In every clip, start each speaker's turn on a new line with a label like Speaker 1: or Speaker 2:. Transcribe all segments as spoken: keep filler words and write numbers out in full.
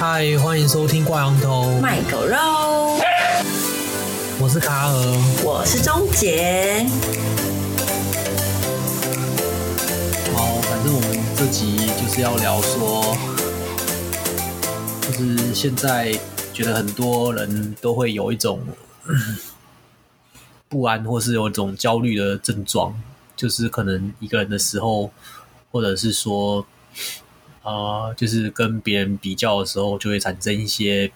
Speaker 1: 嗨，欢迎收听挂羊头
Speaker 2: 卖狗肉，
Speaker 1: 我是卡尔，
Speaker 2: 我是钟杰。
Speaker 1: 好，反正我们这集就是要聊说，就是现在觉得很多人都会有一种不安，或是有一种焦虑的症状，就是可能一个人的时候，或者是说，呃，就是跟别人比较的时候，就会产生一些，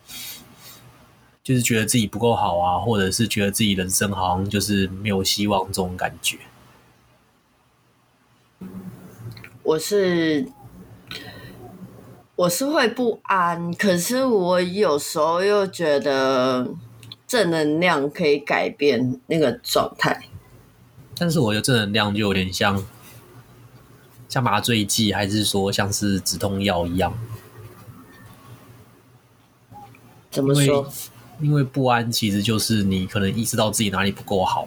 Speaker 1: 就是觉得自己不够好啊，或者是觉得自己人生好像就是没有希望这种感觉。
Speaker 2: 我是我是会不安，可是我有时候又觉得正能量可以改变那个状态。
Speaker 1: 但是我的正能量就有点像像麻醉剂，还是说像是止痛药一样？
Speaker 2: 怎么说？
Speaker 1: 因为因为不安其实就是你可能意识到自己哪里不够好，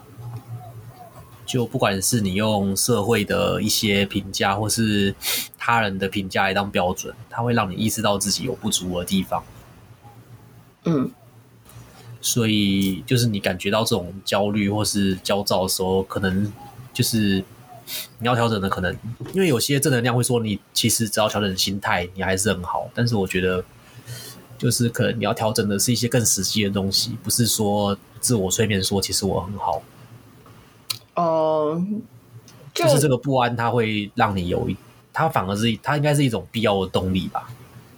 Speaker 1: 就不管是你用社会的一些评价，或是他人的评价来当标准，它会让你意识到自己有不足的地方。
Speaker 2: 嗯，
Speaker 1: 所以就是你感觉到这种焦虑或是焦躁的时候，可能就是你要调整的，可能因为有些正能量会说你其实只要调整心态，你还是很好。但是我觉得，就是可能你要调整的是一些更实际的东西，不是说自我催眠说其实我很好。
Speaker 2: 哦、
Speaker 1: 就, 就是这个不安，它会让你有一，它反而是它应该是一种必要的动力吧。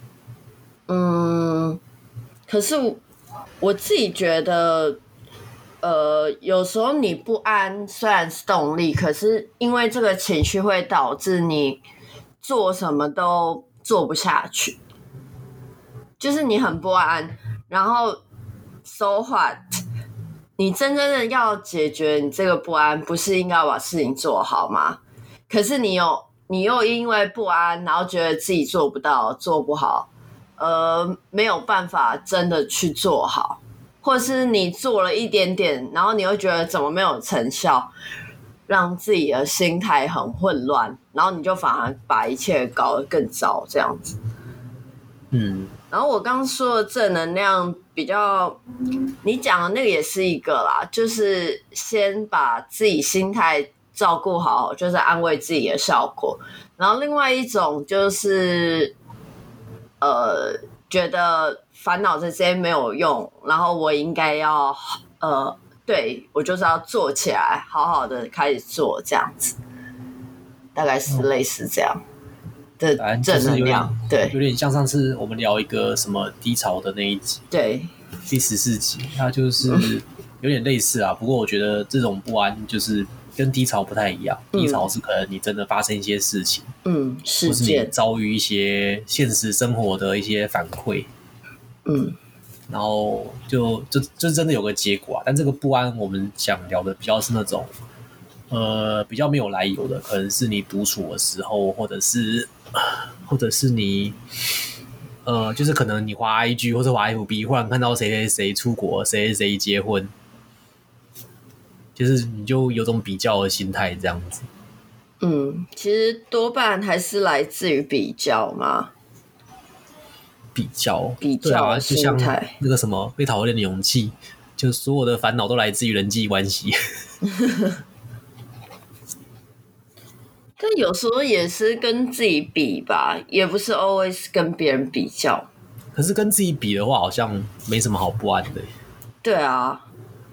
Speaker 2: 嗯，可是我自己觉得，呃，有时候你不安虽然是动力，可是因为这个情绪会导致你做什么都做不下去，就是你很不安，然后 so what？ 你真正的要解决你这个不安，不是应该要把事情做好吗？可是你有你又因为不安，然后觉得自己做不到、做不好，呃，没有办法真的去做好，或是你做了一点点，然后你又觉得怎么没有成效，让自己的心态很混乱，然后你就反而把一切搞得更糟，这样子。
Speaker 1: 嗯，
Speaker 2: 然后我刚刚说的正能量比较，你讲的那个也是一个啦，就是先把自己心态照顾好，就是安慰自己的效果。然后另外一种就是，呃，觉得烦恼这些没有用，然后我应该要，呃，对我就是要做起来，好好的开始做，这样子，大概是类似这样。的正能量，对，
Speaker 1: 有点像上次我们聊一个什么低潮的那一集，
Speaker 2: 对，
Speaker 1: 第十四集，它就是有点类似啊。不过我觉得这种不安就是跟低潮不太一样，嗯、低潮是可能你真的发生一些事情，
Speaker 2: 嗯，事件，
Speaker 1: 或是你遭遇一些现实生活的一些反馈，
Speaker 2: 嗯，
Speaker 1: 然后就就就真的有个结果啊。但这个不安，我们想聊的比较是那种，呃，比较没有来由的，可能是你独处的时候，或者是。或者是你，呃，就是可能你滑 I G 或者滑 F B， 忽然看到谁谁谁出国，谁谁谁结婚，就是你就有种比较的心态这样子。
Speaker 2: 嗯，其实多半还是来自于比较嘛，
Speaker 1: 比较，
Speaker 2: 比较的心态，
Speaker 1: 对啊，就像那个什么被讨厌的勇气，就所有的烦恼都来自于人际关系。
Speaker 2: 但有时候也是跟自己比吧，也不是 always 跟别人比较。
Speaker 1: 可是跟自己比的话，好像没什么好不安的。
Speaker 2: 对啊，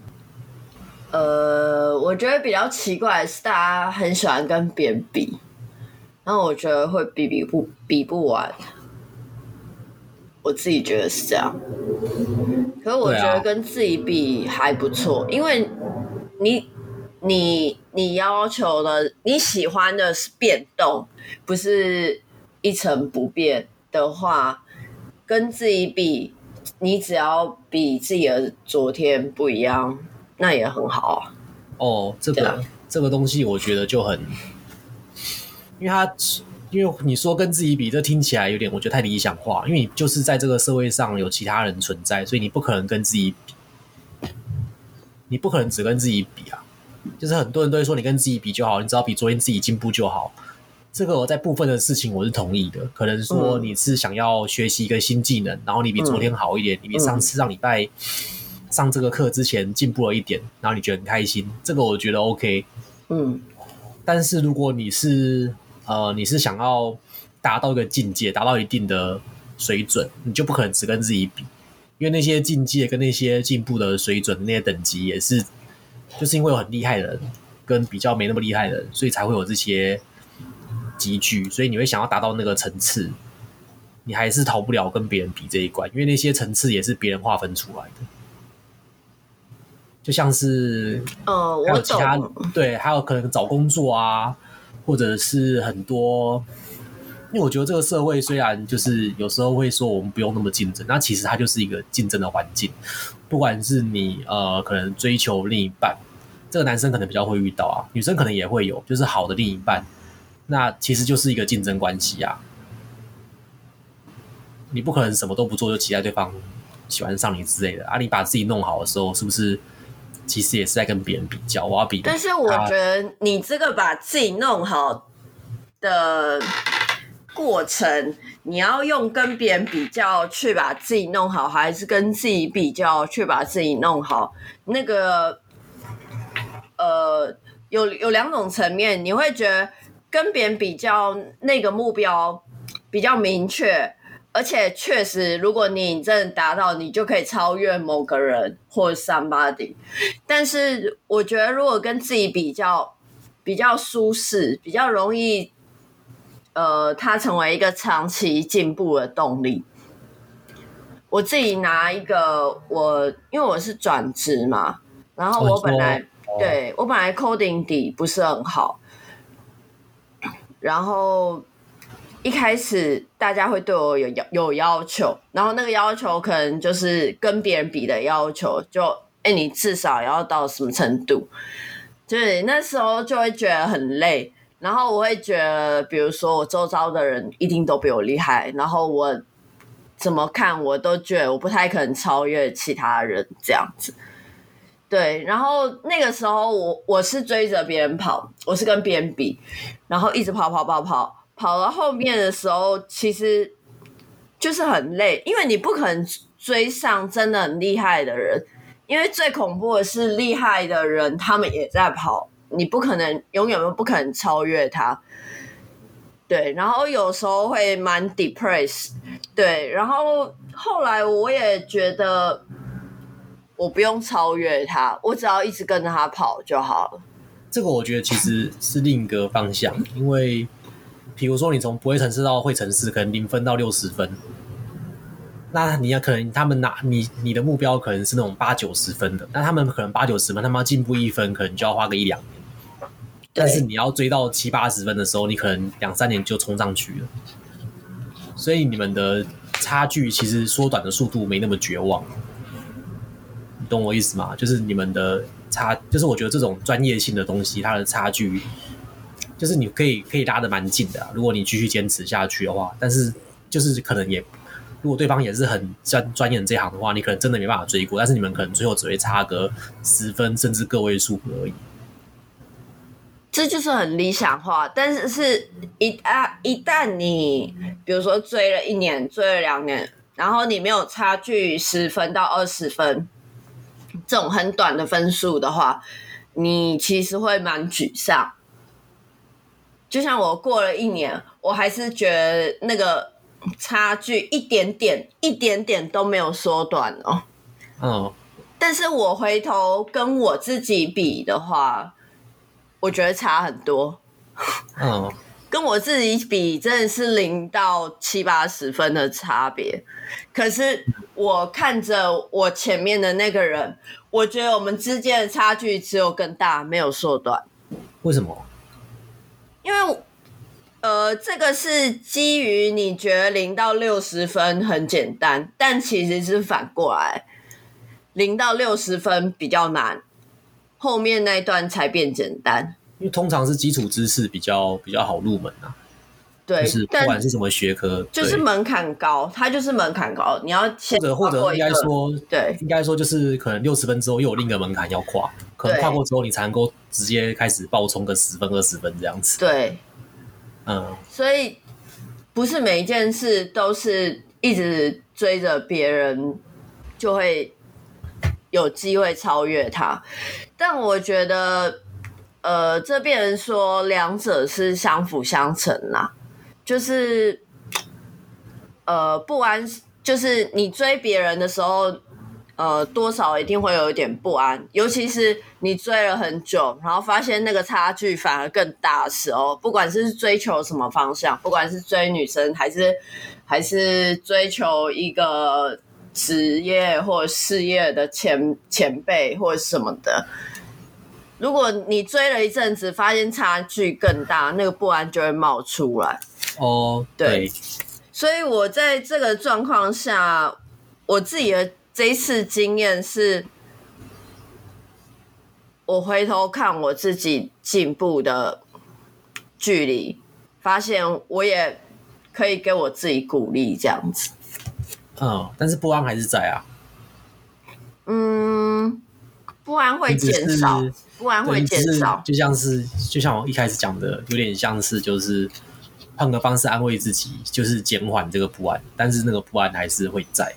Speaker 2: 呃，我觉得比较奇怪的是，大家很喜欢跟别人比，然后我觉得会比比不比不完。我自己觉得是这样，可是我觉得跟自己比还不错，因为你。你你要求的你喜欢的是变动，不是一成不变的话，跟自己比，你只要比自己的昨天不一样，那也很好啊。
Speaker 1: 哦，这个、啊、这个东西我觉得就很，因为它因为你说跟自己比，这听起来有点我觉得太理想化，因为你就是在这个社会上有其他人存在，所以你不可能跟自己比，你不可能只跟自己比啊。就是很多人都会说你跟自己比就好，你只要比昨天自己进步就好。 这个我在部分的事情我是同意的，可能说你是想要学习一个新技能，嗯、然后你比昨天好一点，嗯、你比上次上礼拜上这个课之前进步了一点，然后你觉得很开心，这个我觉得 OK。嗯，但是如果你是呃你是想要达到一个境界，达到一定的水准，你就不可能只跟自己比，因为那些境界跟那些进步的水准那些等级也是，就是因为有很厉害的人跟比较没那么厉害的人，所以才会有这些集聚，所以你会想要达到那个层次，你还是逃不了跟别人比这一关，因为那些层次也是别人划分出来的。就像是
Speaker 2: 呃，
Speaker 1: 还有其他对，还有可能找工作啊，或者是很多，因为我觉得这个社会虽然就是有时候会说我们不用那么竞争，那其实它就是一个竞争的环境。不管是你呃可能追求另一半，这个男生可能比较会遇到啊，女生可能也会有，就是好的另一半，那其实就是一个竞争关系啊。你不可能什么都不做就期待对方喜欢上你之类的啊！你把自己弄好的时候，是不是其实也是在跟别人比较？我要比，
Speaker 2: 但是我觉得你这个把自己弄好的过程，你要用跟别人比较去把自己弄好，还是跟自己比较去把自己弄好？那个呃，有有两种层面，你会觉得跟别人比较那个目标比较明确。而且确实，如果你真的达到，你就可以超越某个人或 somebody。但是我觉得，如果跟自己比较，比较舒适，比较容易，呃，它成为一个长期进步的动力。我自己拿一个我，因为我是转职嘛，然后我本来、哦、对我本来 coding 底不是很好，然后。一开始大家会对我有有要求，然后那个要求可能就是跟别人比的要求，就哎、欸，你至少要到什么程度？就是那时候就会觉得很累，然后我会觉得，比如说我周遭的人一定都比我厉害，然后我怎么看我都觉得我不太可能超越其他人这样子。对，然后那个时候我我是追着别人跑，我是跟别人比，然后一直跑跑跑跑。跑到后面的时候，其实就是很累，因为你不可能追上真的很厉害的人，因为最恐怖的是厉害的人他们也在跑，你不可能永远不可能超越他。对，然后有时候会蛮 depressed， 对，然后后来我也觉得我不用超越他，我只要一直跟着他跑就好了。
Speaker 1: 这个我觉得其实是另一个方向，因为比如说你从不会程式到会程式，可能零分到六十分，那你要可能他们拿你你的目标可能是那种八九十分的，那他们可能八九十分，他们要进步一分，可能就要花个一两年。但是你要追到七八十分的时候，你可能两三年就冲上去了。所以你们的差距其实缩短的速度没那么绝望，你懂我意思吗？就是你们的差，就是我觉得这种专业性的东西，它的差距。就是你可以可以拉得蛮近的、啊，如果你继续坚持下去的话，但是就是可能也，如果对方也是很专专业的这行的话，你可能真的没办法追过，但是你们可能最后只会差个十分甚至个位数而已。
Speaker 2: 这就是很理想化，但是是一啊一旦你比如说追了一年，追了两年，然后你没有差距十分到二十分这种很短的分数的话，你其实会蛮沮丧。就像我过了一年，我还是觉得那个差距一点点、一点点都没有缩短哦。嗯，但是我回头跟我自己比的话，我觉得差很多。嗯，跟我自己比真的是零到七八十分的差别。可是我看着我前面的那个人，我觉得我们之间的差距只有更大，没有缩短。
Speaker 1: 为什么？
Speaker 2: 因为，呃，这个是基于你觉得零到六十分很简单，但其实是反过来，零到六十分比较难，后面那一段才变简单。
Speaker 1: 因为通常是基础知识比较比较好入门啊。
Speaker 2: 对，
Speaker 1: 就是不管是什么学科，
Speaker 2: 就是门槛高，它就是门槛高，你要先
Speaker 1: 或者或者应该说，
Speaker 2: 对，
Speaker 1: 应该说就是可能六十分之后又有另一个门槛要跨，可能跨过之后你才能够直接开始爆冲个十分二十分这样子。
Speaker 2: 对，
Speaker 1: 嗯，
Speaker 2: 所以不是每一件事都是一直追着别人就会有机会超越他。但我觉得，呃，这变成说两者是相辅相成啦，就是呃，不安，就是你追别人的时候。呃，多少一定会有一点不安，尤其是你追了很久，然后发现那个差距反而更大的时候，不管是追求什么方向，不管是追女生，还是还是追求一个职业或事业的前前辈或者什么的，如果你追了一阵子，发现差距更大，那个不安就会冒出来。
Speaker 1: 哦，对，
Speaker 2: 对，所以我在这个状况下，我自己的。这一次经验是，我回头看我自己进步的距离，发现我也可以给我自己鼓励，这样子。
Speaker 1: 嗯，但是不安还是在啊。
Speaker 2: 嗯，不安会减少，不安会减少，
Speaker 1: 就像是就像我一开始讲的，有点像是就是换个方式安慰自己，就是减缓这个不安，但是那个不安还是会在。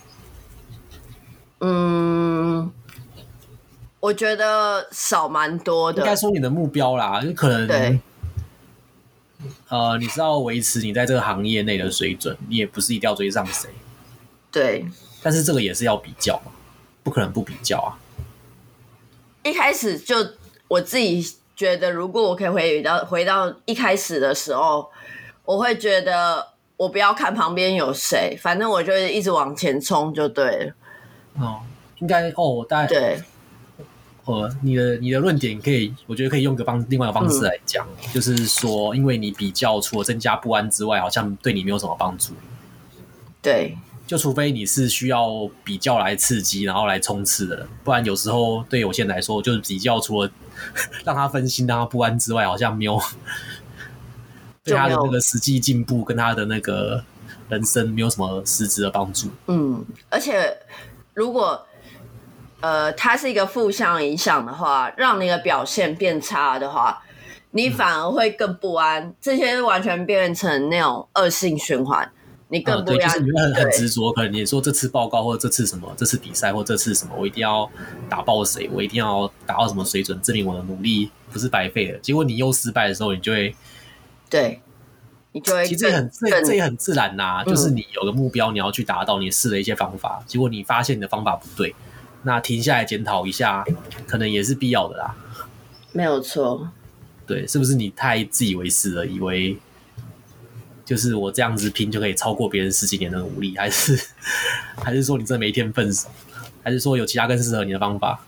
Speaker 2: 嗯，我觉得少蛮多的。
Speaker 1: 应该说你的目标啦，就可能
Speaker 2: 对，
Speaker 1: 呃，你是要维持你在这个行业内的水准，你也不是一定要追上谁。
Speaker 2: 对，
Speaker 1: 但是这个也是要比较嘛，不可能不比较啊。
Speaker 2: 一开始就我自己觉得，如果我可以回到回到一开始的时候，我会觉得我不要看旁边有谁，反正我就一直往前冲就对了。
Speaker 1: 哦，应该哦，我大概
Speaker 2: 对，
Speaker 1: 呃，你的你的论点可以，我觉得可以用个方另外一个方式来讲，嗯、就是说，因为你比较除了增加不安之外，好像对你没有什么帮助。
Speaker 2: 对，
Speaker 1: 就除非你是需要比较来刺激，然后来冲刺的人，不然有时候对有些人来说，就是比较除了让他分心、让他不安之外，好像没有对他的那个实际进步跟他的那个人生没有什么实质的帮助。
Speaker 2: 嗯，而且。如果呃它是一个负向影响的话，让你的表现变差的话，你反而会更不安，嗯、这些完全变成那种恶性循环，你更不安。
Speaker 1: 呃、对，就是你会很很执着，可能你说这次报告或者这次什么，这次比赛或这次什么，我一定要打爆谁，我一定要达到什么水准，证明我的努力不是白费的。结果你又失败的时候，你就会
Speaker 2: 对。你就会
Speaker 1: 其实这也很这这也很自然呐、啊，
Speaker 2: 嗯、
Speaker 1: 就是你有个目标，你要去达到，你试了一些方法，结果你发现你的方法不对，那停下来检讨一下，可能也是必要的啦。
Speaker 2: 没有错，
Speaker 1: 对，是不是你太自以为是了，以为就是我这样子拼就可以超过别人十几年的努力，还是还是说你真的没天分，还是说有其他更适合你的方法？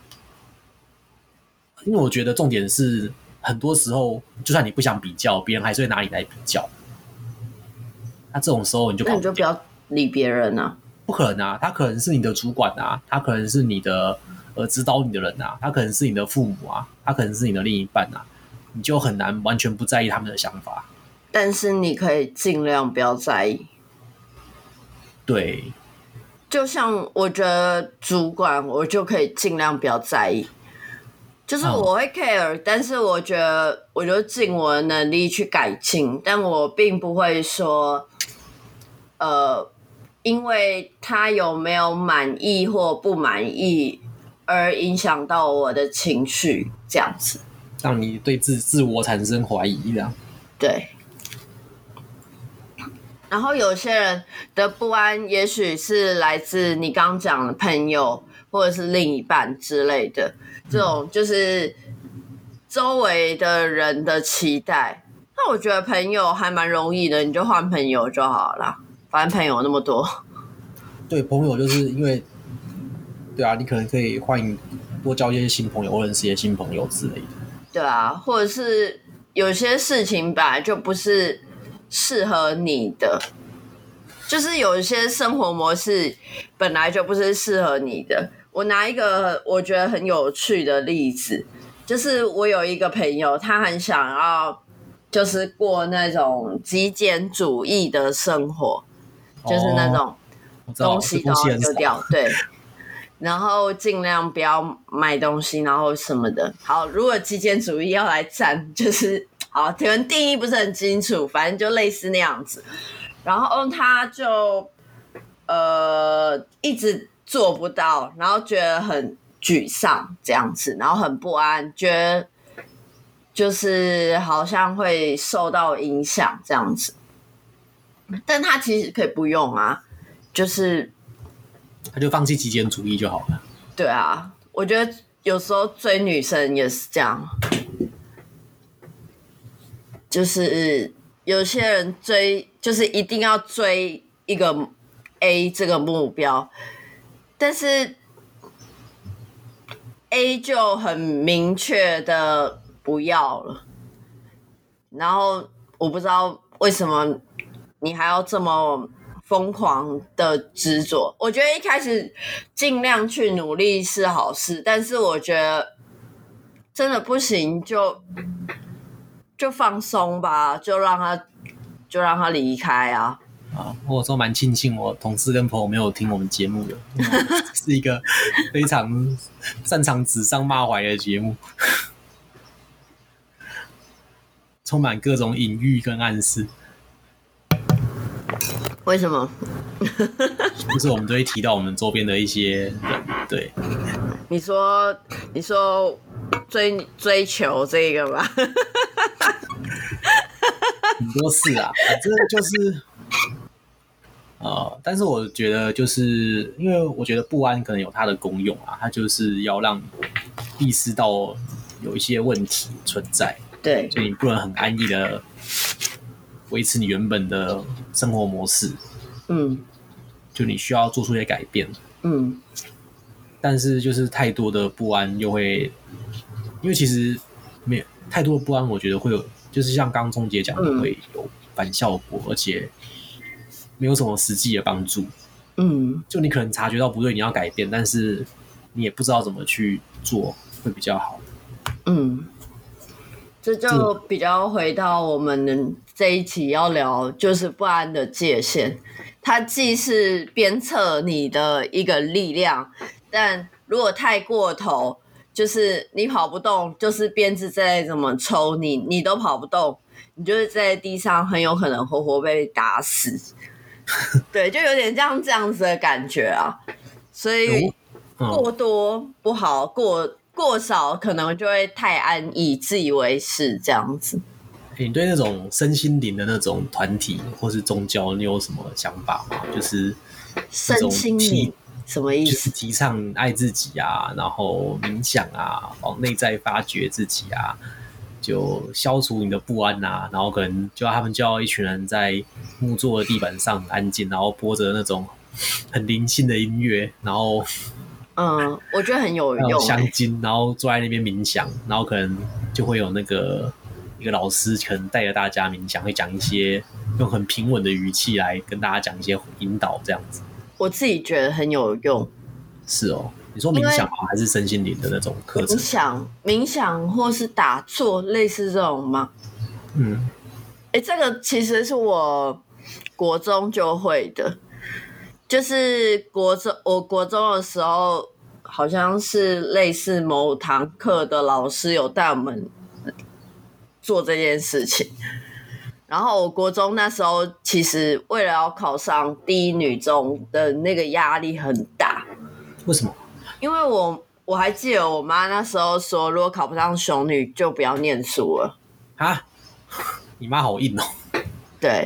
Speaker 1: 因为我觉得重点是。很多时候，就算你不想比较，别人还是会拿你来比较。那这种时候，你就
Speaker 2: 那你就不要理别人啊！
Speaker 1: 不可能啊，他可能是你的主管啊，他可能是你的呃指导你的人啊，他可能是你的父母啊，他可能是你的另一半啊，你就很难完全不在意他们的想法。
Speaker 2: 但是你可以尽量不要在意。
Speaker 1: 对，
Speaker 2: 就像我觉得主管，我就可以尽量不要在意。就是我会 care，、嗯、但是我觉得我就尽我的能力去改进，但我并不会说，呃，因为他有没有满意或不满意而影响到我的情绪，这样子，
Speaker 1: 让你对自自我产生怀疑，这样。
Speaker 2: 对。然后有些人的不安，也许是来自你刚讲的朋友或者是另一半之类的。这种就是周围的人的期待，那我觉得朋友还蛮容易的，你就换朋友就好了，反正朋友那么多。
Speaker 1: 对，朋友就是因为，对啊，你可能可以换多交一些新朋友，或认识一些新朋友之类的。
Speaker 2: 对啊，或者是有些事情本来就不是适合你的，就是有一些生活模式本来就不是适合你的。我拿一个我觉得很有趣的例子，就是我有一个朋友，他很想要就是过那种极简主义的生活，哦、就是那种东西都要丢掉，对，然后尽量不要买东西，然后什么的。好，如果极简主义要来站，就是好，可能定义不是很清楚，反正就类似那样子。然后他就呃一直做不到，然后觉得很沮丧这样子，然后很不安，觉得就是好像会受到影响这样子。但他其实可以不用啊，就是
Speaker 1: 他就放弃极简主义就好了。
Speaker 2: 对啊，我觉得有时候追女生也是这样。就是有些人追，就是一定要追一个 A 这个目标，但是 A 就很明确的不要了，然后我不知道为什么你还要这么疯狂的执着。我觉得一开始尽量去努力是好事，但是我觉得真的不行就。就放松吧，就让他就让他离开啊！
Speaker 1: 啊，我有时候蛮庆幸我同事跟朋友没有听我们节目的，是一个非常擅长指桑骂槐的节目，充满各种隐喻跟暗示。
Speaker 2: 为什么？
Speaker 1: 就是我们都会提到我们周边的一些人，对。
Speaker 2: 你说，你说追追求这个吧。
Speaker 1: 很多事啊，反正就是，呃，但是我觉得就是因为我觉得不安可能有它的功用啊，它就是要让你意识到有一些问题存在，
Speaker 2: 对，
Speaker 1: 所以你不能很安逸的维持你原本的生活模式，
Speaker 2: 嗯，
Speaker 1: 就你需要做出一些改变，
Speaker 2: 嗯，
Speaker 1: 但是就是太多的不安又会，因为其实没有太多的不安，我觉得会有。就是像刚刚钟杰讲的，会有反效果，嗯、而且没有什么实际的帮助。
Speaker 2: 嗯，
Speaker 1: 就你可能察觉到不对，你要改变，但是你也不知道怎么去做会比较好。
Speaker 2: 嗯，这就比较回到我们这一期要聊，就是不安的界限。它既是鞭策你的一个力量，但如果太过头。就是你跑不动，就是鞭子再怎么抽你，你都跑不动，你就是在地上很有可能活活被打死。对，就有点这样这样子的感觉啊。所以过多不好，过过少可能就会太安逸、自以为是这样子。
Speaker 1: 欸、你对那种身心灵的那种团体或是宗教，你有什么想法吗？就是
Speaker 2: 身心灵。什么意思？
Speaker 1: 就是提倡爱自己啊，然后冥想啊，往内在发掘自己啊，就消除你的不安啊，然后可能就他们叫一群人在木做的地板上很安静，然后播着那种很灵性的音乐，然后
Speaker 2: 嗯，我觉得很有用、欸，
Speaker 1: 香精，然后坐在那边冥想，然后可能就会有那个一个老师可能带着大家冥想，会讲一些用很平稳的语气来跟大家讲一些引导这样子。
Speaker 2: 我自己觉得很有用。
Speaker 1: 是哦，你说冥想吗？还是身心灵的那种课程？
Speaker 2: 冥想、冥想或是打坐，类似这种吗？
Speaker 1: 嗯，
Speaker 2: 哎、欸，这个其实是我国中就会的，就是国中，我国中的时候，好像是类似某堂课的老师有带我们做这件事情。然后我国中那时候其实为了要考上第一女中的那个压力很大。
Speaker 1: 为什么？
Speaker 2: 因为我我还记得我妈那时候说，如果考不上雄女就不要念书了。
Speaker 1: 啊？你妈好硬哦。
Speaker 2: 对。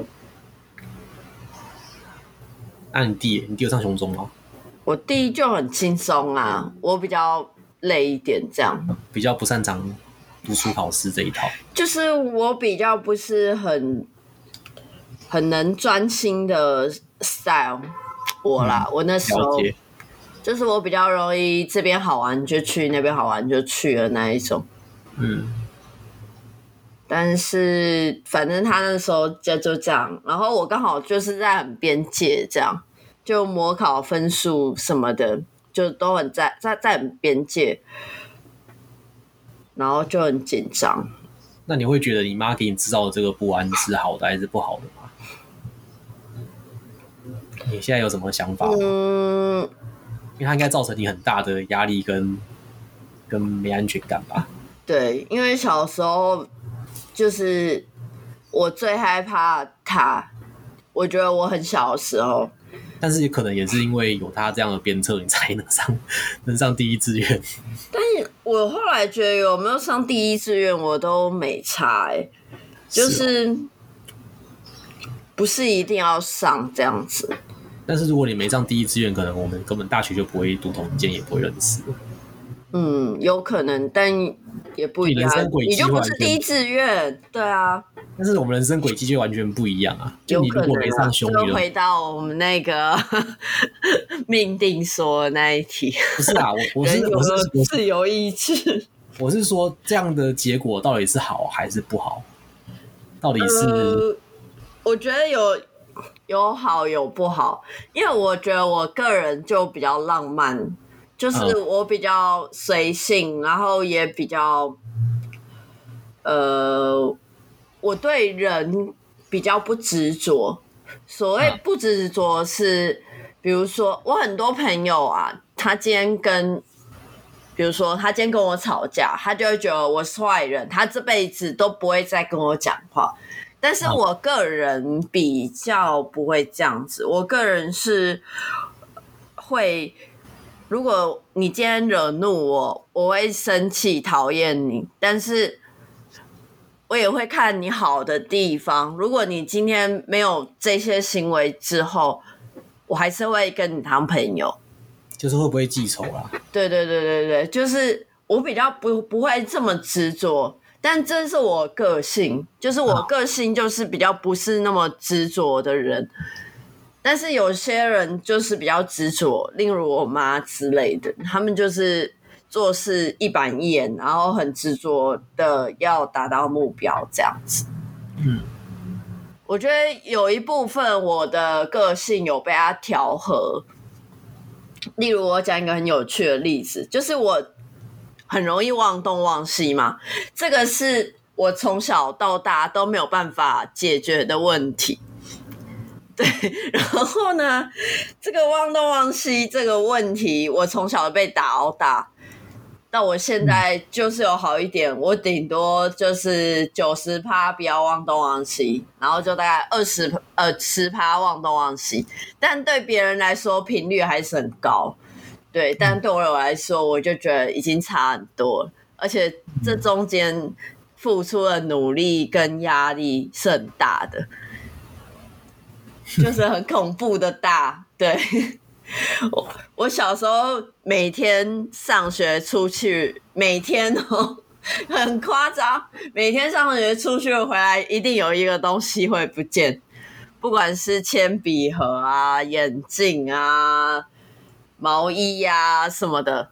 Speaker 1: 那、啊、你弟，你弟有上雄中吗？
Speaker 2: 我弟就很轻松啊，我比较累一点，这样。
Speaker 1: 比较不擅长读书考试这一套，
Speaker 2: 就是我比较不是很很能专心的 style 我啦、嗯、我那时候就是我比较容易这边好玩就去，那边好玩就去的那一种。
Speaker 1: 嗯，
Speaker 2: 但是反正他那时候就就这样，然后我刚好就是在很边界这样，就模考分数什么的就都很在在在很边界。然后就很紧张。
Speaker 1: 那你会觉得你妈给你制造的这个不安是好的还是不好的吗？你现在有什么想法吗？嗯，因为它应该造成你很大的压力跟跟没安全感吧？
Speaker 2: 对，因为小时候就是我最害怕他，我觉得我很小的时候，
Speaker 1: 但是可能也是因为有他这样的鞭策，你才能上能上第一志愿。
Speaker 2: 但是我后来觉得有没有上第一志愿我都没差、欸，就是不是一定要上这样子。
Speaker 1: 但是如果你没上第一志愿，可能我们根本大学就不会读同一间，也不会认识。
Speaker 2: 嗯，有可能，但也不一样。你就不是第一志愿，对啊。
Speaker 1: 但是我们人生轨迹就完全不一样啊！就你如果没上修女，
Speaker 2: 就回到我们那个命定说的那一题。
Speaker 1: 不是啊，我我是我是
Speaker 2: 自由意志。
Speaker 1: 我是说，这样的结果到底是好还是不好？到底是？
Speaker 2: 呃、我觉得有有好有不好，因为我觉得我个人就比较浪漫。就是我比较随性，然后也比较，呃，我对人比较不执着。所谓不执着是，比如说我很多朋友啊，他今天跟，比如说他今天跟我吵架，他就会觉得我是坏人，他这辈子都不会再跟我讲话。但是我个人比较不会这样子，我个人是会。如果你今天惹怒我，我会生气讨厌你，但是我也会看你好的地方。如果你今天没有这些行为之后，我还是会跟你当朋友。
Speaker 1: 就是会不会记仇啦？
Speaker 2: 对对对对对，就是我比较不不会这么执着，但这是我个性，就是我个性就是比较不是那么执着的人。但是有些人就是比较执着，例如我妈之类的，他们就是做事一板一眼，然后很执着的要达到目标这样子。
Speaker 1: 嗯，
Speaker 2: 我觉得有一部分我的个性有被他调和。例如我讲一个很有趣的例子，就是我很容易忘东忘西嘛，这个是我从小到大都没有办法解决的问题。对，然后呢，这个忘东忘西这个问题，我从小被打熬大，到我现在就是有好一点，我顶多就是九十趴不要忘东忘西，然后就大概二十呃十趴忘东忘西，但对别人来说频率还是很高，对，但对我来说，我就觉得已经差很多了，而且这中间付出的努力跟压力是很大的。就是很恐怖的大，对。我我小时候每天上学出去，每天哦很夸张，每天上学出去回来一定有一个东西会不见，不管是铅笔盒啊、眼镜啊、毛衣啊什么的。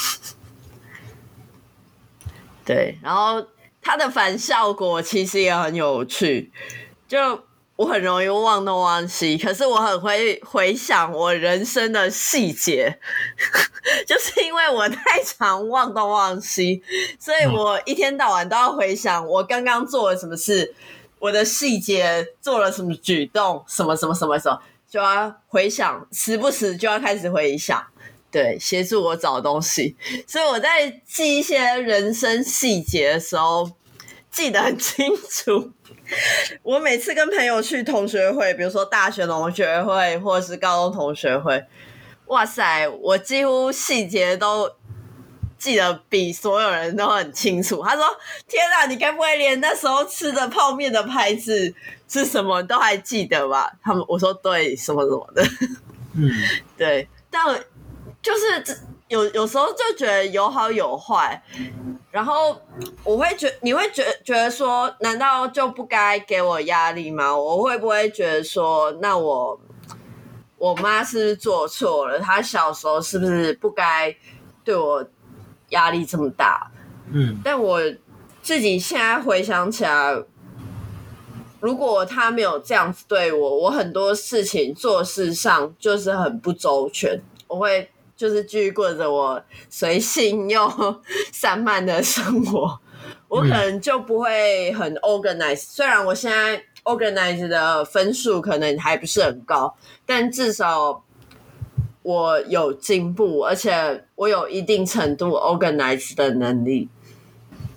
Speaker 2: 对，然后它的反效果其实也很有趣，就。我很容易忘东忘西，可是我很会回想我人生的细节，就是因为我太常忘东忘西，所以我一天到晚都要回想我刚刚做了什么事，我的细节做了什么举动，什么什么什么什么，就要回想，时不时就要开始回想，对，协助我找东西。所以我在记一些人生细节的时候，记得很清楚。我每次跟朋友去同学会，比如说大学同学会或是高中同学会，哇塞，我几乎细节都记得比所有人都很清楚。他说：“天啊，你该不会连那时候吃的泡面的牌子是什么都还记得吧？”他们我说对，什么什么的，
Speaker 1: 嗯，
Speaker 2: 对，但就是有有时候就觉得有好有坏。然后我会觉，你会觉觉得说，难道就不该给我压力吗？我会不会觉得说，那我我妈是不是做错了？她小时候是不是不该对我压力这么大？
Speaker 1: 嗯，
Speaker 2: 但我自己现在回想起来，如果她没有这样子对我，我很多事情做事上就是很不周全，我会。就是继续过着我随性又散漫的生活，我可能就不会很 organize。虽然我现在 organize 的分数可能还不是很高，但至少我有进步，而且我有一定程度 organize 的能力。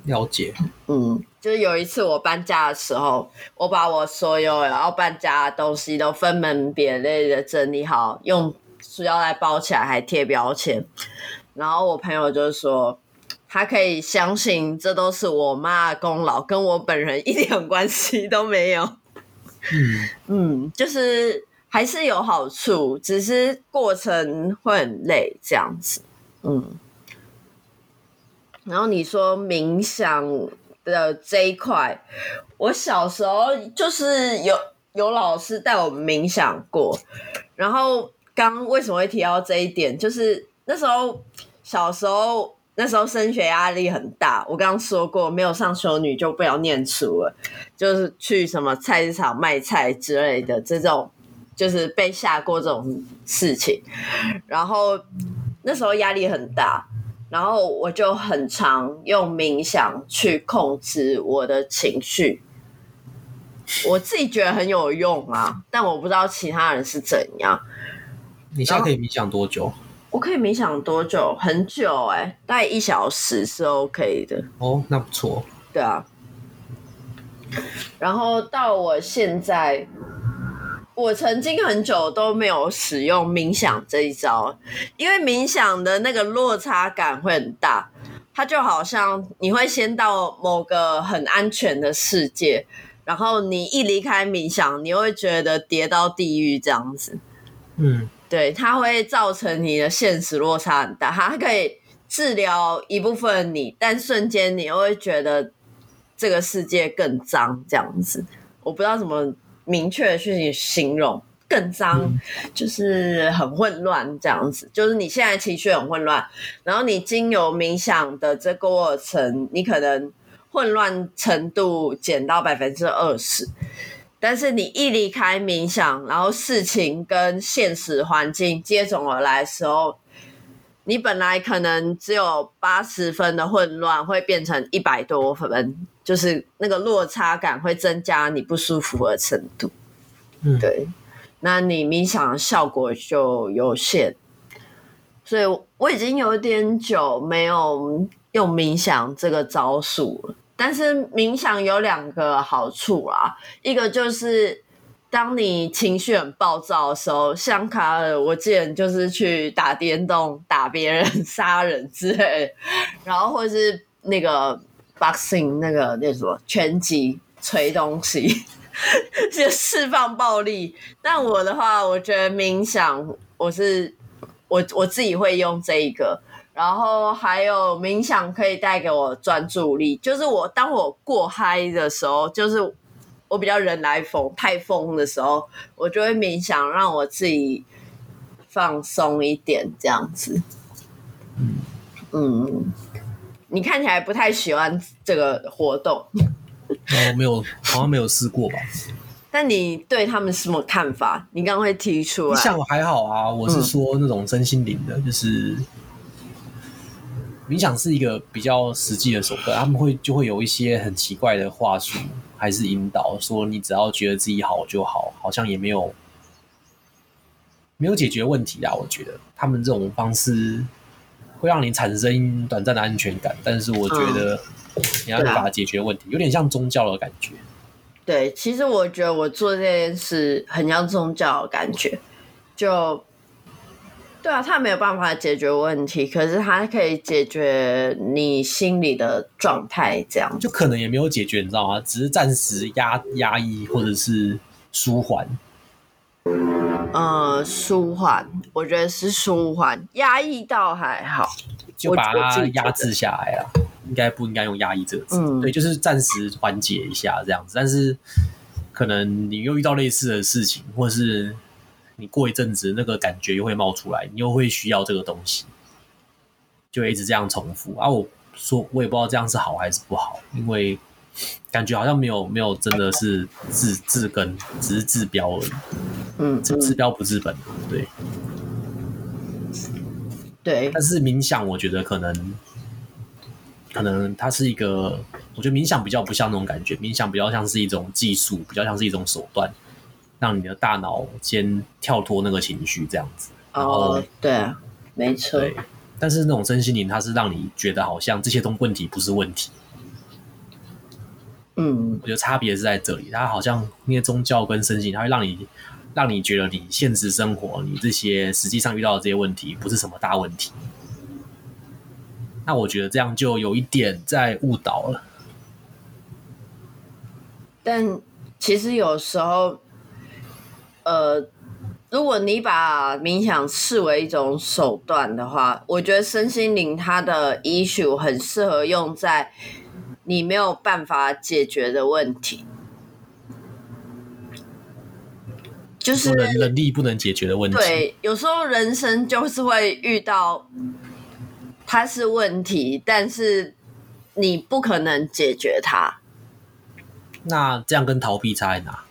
Speaker 1: 了解。
Speaker 2: 嗯，就是有一次我搬家的时候，我把我所有要搬家的东西都分门别类的整理好，用塑料袋包起来，还贴标签。然后我朋友就说，他可以相信这都是我妈的功劳，跟我本人一点关系都没有。
Speaker 1: 嗯
Speaker 2: 嗯，就是还是有好处，只是过程会很累这样子。嗯。然后你说冥想的这一块，我小时候就是有有老师带我们冥想过，然后刚为什么会提到这一点，就是那时候小时候那时候升学压力很大，我刚刚说过没有上修女就不要念书了，就是去什么菜市场卖菜之类的这种，就是被吓过这种事情，然后那时候压力很大。然后我就很常用冥想去控制我的情绪，我自己觉得很有用啊，但我不知道其他人是怎样。
Speaker 1: 你现在可以冥想多久？
Speaker 2: 我可以冥想多久？很久哎、欸，大概一小时是 OK 的。
Speaker 1: 哦，那不错。
Speaker 2: 对啊。然后到我现在。我曾经很久都没有使用冥想这一招，因为冥想的那个落差感会很大，它就好像你会先到某个很安全的世界，然后你一离开冥想，你会觉得跌到地狱这样子。
Speaker 1: 嗯，
Speaker 2: 对，它会造成你的现实落差很大，它可以治疗一部分你，但瞬间你又会觉得这个世界更脏这样子。我不知道怎么明确的去形容，更脏、嗯、就是很混乱这样子，就是你现在情绪很混乱，然后你经由冥想的这个过程，你可能混乱程度减到百分之二十，但是你一离开冥想，然后事情跟现实环境接踵而来的时候，你本来可能只有八十分的混乱，会变成一百多分。就是那个落差感会增加你不舒服的程度，嗯，对，那你冥想的效果就有限，所以我已经有点久没有用冥想这个招数了。但是冥想有两个好处啦，一个就是当你情绪很暴躁的时候，像卡尔，我记得就是去打电动、打别人、杀人之类的，然后或是那个。boxing 那个那什么拳击捶东西就释放暴力，但我的话我觉得冥想我是我我自己会用这一个，然后还有冥想可以带给我专注力，就是我当我过嗨的时候，就是我比较人来疯太疯的时候，我就会冥想让我自己放松一点这样子。嗯嗯，你看起来不太喜欢这个活动。
Speaker 1: 我没有，好像没有试过吧。
Speaker 2: 但你对他们什么看法？你刚刚会提出来。
Speaker 1: 冥想我还好啊，我是说那种身心灵的，嗯、就是冥想是一个比较实际的手段，他们会就会有一些很奇怪的话术，还是引导说你只要觉得自己好就好，好像也没有没有解决问题啊。我觉得他们这种方式会让你产生短暂的安全感，但是我觉得你要把它解决问题，有点像宗教的感觉。
Speaker 2: 对，其实我觉得我做这件事很像宗教的感觉，就对啊，它没有办法解决问题，可是它可以解决你心里的状态，这样
Speaker 1: 就可能也没有解决，你知道吗？只是暂时压压抑或者是舒缓。
Speaker 2: 呃，舒缓，我觉得是舒缓，压抑倒还好，
Speaker 1: 就把它压制下来了。应该不应该用压抑这个字？嗯，对，就是暂时缓解一下这样子。但是可能你又遇到类似的事情，或者是你过一阵子那个感觉又会冒出来，你又会需要这个东西，就会一直这样重复啊。我说我也不知道这样是好还是不好，因为感觉好像没有没有真的是治治根，只是治标而已。嗯，治标不治本，对。
Speaker 2: 对。
Speaker 1: 但是冥想，我觉得可能。可能它是一个，我觉得冥想比较不像那种感觉，冥想比较像是一种技术，比较像是一种手段，让你的大脑先跳脱那个情绪这样子。
Speaker 2: 哦，对啊，没错。
Speaker 1: 对，但是那种身心灵，它是让你觉得好像这些东问题不是问题，
Speaker 2: 嗯，
Speaker 1: 我觉得差别是在这里，它好像那些宗教跟身心，它会让你让你觉得你现实生活你这些实际上遇到的这些问题不是什么大问题。那我觉得这样就有一点在误导了。
Speaker 2: 但其实有时候，呃，如果你把冥想视为一种手段的话，我觉得身心灵它的 issue 很适合用在你没有办法解决的问题，就是
Speaker 1: 人人力不能解决的问题。
Speaker 2: 对，有时候人生就是会遇到它是问题，但是你不可能解决它。
Speaker 1: 那这样跟逃避差在哪？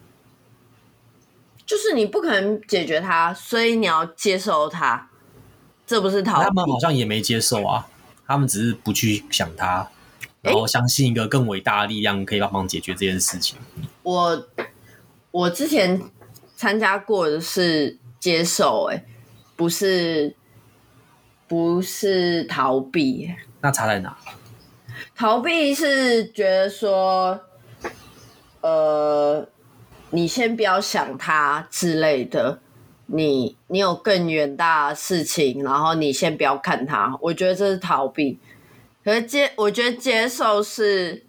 Speaker 2: 就是你不可能解决它，所以你要接受它，这不是逃避。
Speaker 1: 他们好像也没接受啊，他们只是不去想它，然后相信一个更伟大的力量可以帮忙解决这件事情。
Speaker 2: 我我之前参加过的是接受、欸，哎，不是不是逃避、欸。
Speaker 1: 那差在哪？
Speaker 2: 逃避是觉得说，呃，你先不要想它之类的，你你有更远大的事情，然后你先不要看它。我觉得这是逃避。可是接，我觉得接受是，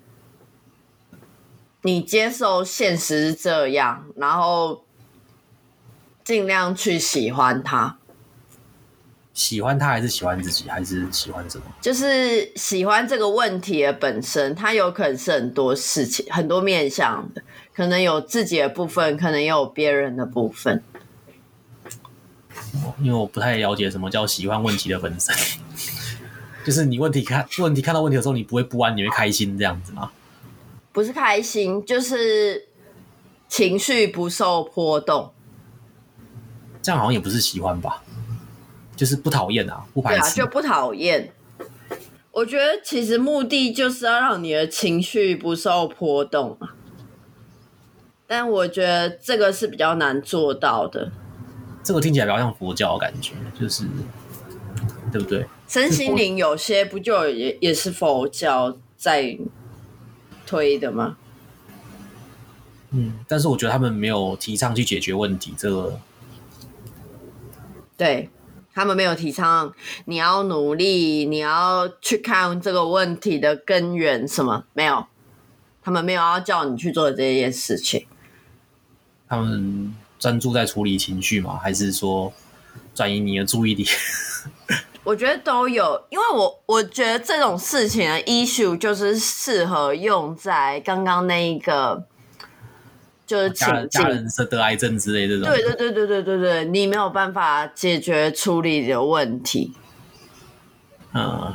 Speaker 2: 你接受现实是这样，然后尽量去喜欢它。
Speaker 1: 喜欢他还是喜欢自己，还是喜欢什么？
Speaker 2: 就是喜欢这个问题的本身，它有可能是很多事情、很多面向的，可能有自己的部分，可能也有别人的部分。
Speaker 1: 因为我不太了解什么叫喜欢问题的本身，就是你问题看问题看到问题的时候，你不会不安，你会开心这样子吗？
Speaker 2: 不是开心，就是情绪不受波动。
Speaker 1: 这样好像也不是喜欢吧？就是不讨厌啊，不排斥。
Speaker 2: 对啊，就不讨厌。我觉得其实目的就是要让你的情绪不受波动啊，但我觉得这个是比较难做到的。
Speaker 1: 这个听起来比较像佛教的感觉，就是对不对？
Speaker 2: 身心灵有些不就 也, 也是佛教在推的吗？
Speaker 1: 嗯，但是我觉得他们没有提倡去解决问题，这个
Speaker 2: 对。他们没有提倡你要努力，你要去看这个问题的根源什么，没有，他们没有要叫你去做这件事情。
Speaker 1: 他们专注在处理情绪吗？还是说转移你的注意力？
Speaker 2: 我觉得都有，因为我我觉得这种事情的 issue 就是适合用在刚刚那一个。就是
Speaker 1: 家人家人得癌症之类的这种，
Speaker 2: 对对对对对对对，你没有办法解决处理的问题。
Speaker 1: 嗯，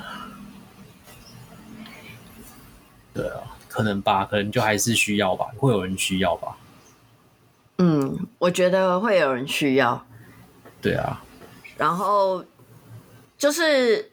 Speaker 1: 对啊，可能吧，可能就还是需要吧，会有人需要吧。
Speaker 2: 嗯，我觉得会有人需要。
Speaker 1: 对啊，
Speaker 2: 然后就是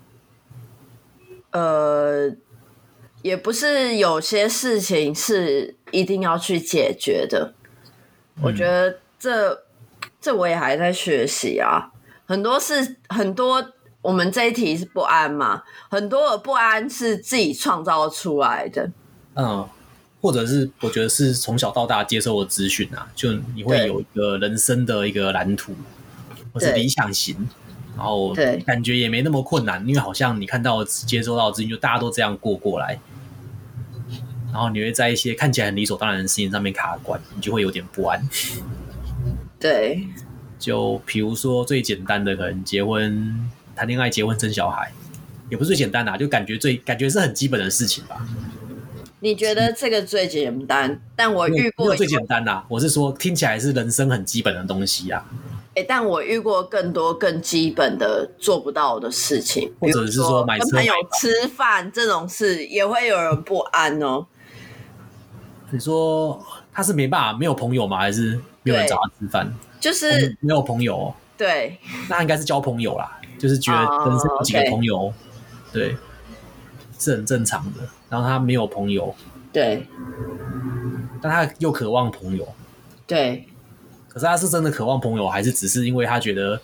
Speaker 2: 呃。也不是有些事情是一定要去解决的，嗯、我觉得这这我也还在学习啊。很多事，很多我们这一题是不安嘛，很多的不安是自己创造出来的。
Speaker 1: 嗯，或者是我觉得是从小到大接受的资讯啊，就你会有一个人生的一个蓝图，或是理想型。然后感觉也没那么困难，因为好像你看到接收到的资讯，就大家都这样过过来，然后你会在一些看起来很理所当然的事情上面卡关，你就会有点不安。
Speaker 2: 对，
Speaker 1: 就比如说最简单的，可能结婚、谈恋爱、结婚、生小孩，也不是最简单的、啊，就感觉最感觉是很基本的事情吧。
Speaker 2: 你觉得这个最简单？但我遇过
Speaker 1: 最简单啊，我是说听起来是人生很基本的东西啊。
Speaker 2: 欸、但我遇过更多更基本的做不到的事情，
Speaker 1: 或者是说买车
Speaker 2: 跟朋友吃饭这种事也会有人不安哦。
Speaker 1: 你说他是没办法没有朋友吗？还是没有人找他吃饭？
Speaker 2: 就是
Speaker 1: 没有朋友、哦，
Speaker 2: 对，
Speaker 1: 那应该是交朋友啦，就是觉得人生有几个朋友， oh, okay. 对，是很正常的。然后他没有朋友，
Speaker 2: 对，
Speaker 1: 但他又渴望朋友，
Speaker 2: 对。
Speaker 1: 可是他是真的渴望朋友，还是只是因为他觉得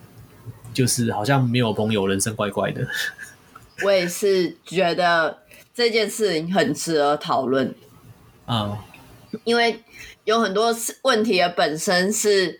Speaker 1: 就是好像没有朋友，人生怪怪的？
Speaker 2: 我也是觉得这件事情很值得讨论。
Speaker 1: 嗯，
Speaker 2: 因为有很多问题的本身是，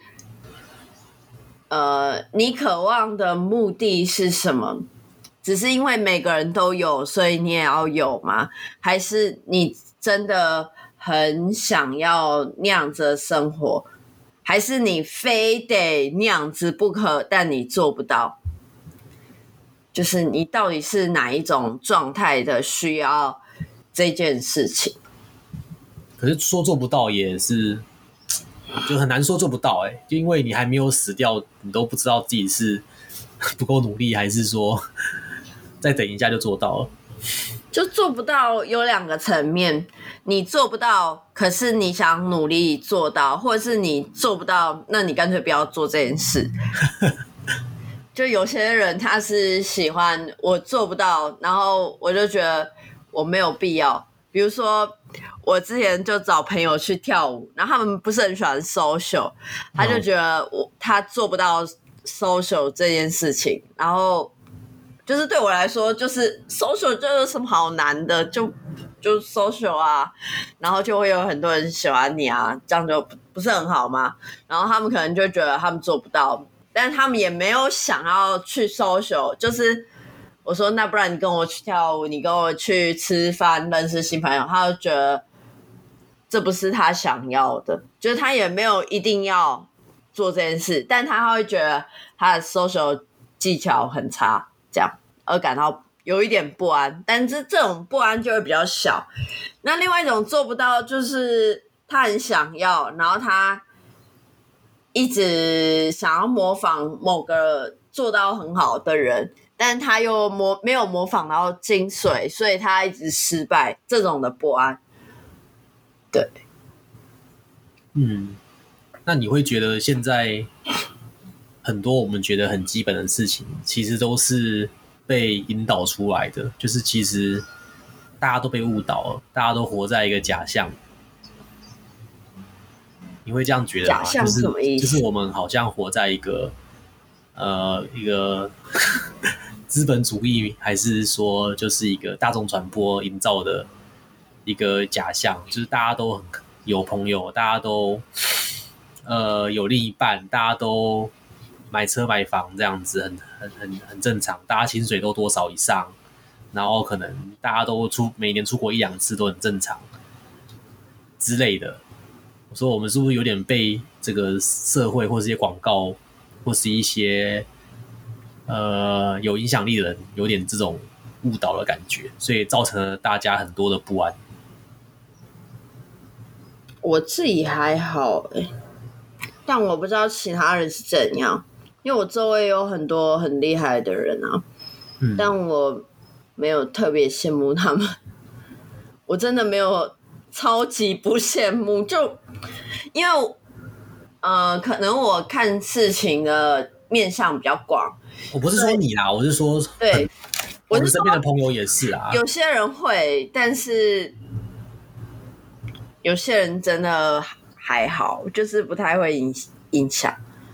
Speaker 2: 呃，你渴望的目的是什么？只是因为每个人都有，所以你也要有吗？还是你真的很想要那样子的生活？还是你非得那样子不可，但你做不到？就是你到底是哪一种状态的需要这件事情？
Speaker 1: 可是说做不到也是，就很难说做不到哎、欸，就因为你还没有死掉，你都不知道自己是不够努力，还是说再等一下就做到了。
Speaker 2: 就做不到有两个层面，你做不到，可是你想努力做到，或者是你做不到，那你干脆不要做这件事。就有些人他是喜欢我做不到，然后我就觉得我没有必要。比如说我之前就找朋友去跳舞，然后他们不是很喜欢 social， 他就觉得我他做不到 social 这件事情，然后就是对我来说，就是 social 就有什么好难的，就就 social 啊，然后就会有很多人喜欢你啊，这样就不是很好吗？然后他们可能就觉得他们做不到，但他们也没有想要去 social， 就是我说那不然你跟我去跳舞，你跟我去吃饭，认识新朋友，他就觉得这不是他想要的，就是他也没有一定要做这件事，但他会觉得他的 social 技巧很差，这样而感到有一点不安，但是这种不安就会比较小。那另外一种做不到，就是他很想要，然后他一直想要模仿某个做到很好的人，但他又模没有模仿到精髓，所以他一直失败，这种的不安。对，
Speaker 1: 嗯，那你会觉得现在很多我们觉得很基本的事情，其实都是被引导出来的，就是其实大家都被误导了，大家都活在一个假象。你会这样觉得吗？
Speaker 2: 假象是什么意思？
Speaker 1: 就是、就是我们好像活在一个呃一个资本主义，还是说就是一个大众传播营造的一个假象，就是大家都很有朋友，大家都呃有另一半，大家都买车买房这样子，很很很很正常，大家薪水都多少以上，然后可能大家都出每年出国一两次都很正常之类的。我说我们是不是有点被这个社会或是一些广告或是一些呃有影响力的人有点这种误导的感觉，所以造成了大家很多的不安？
Speaker 2: 我自己还好欸，但我不知道其他人是怎样，因为我周围有很多很厉害的人啊，嗯、但我没有特别羡慕他们，我真的没有超级不羡慕，就因为呃，可能我看事情的面向比较广。
Speaker 1: 我不是说你啦，我是说
Speaker 2: 对，
Speaker 1: 我们身边的朋友也是啊。
Speaker 2: 有些人会，但是有些人真的还好，就是不太会影影响。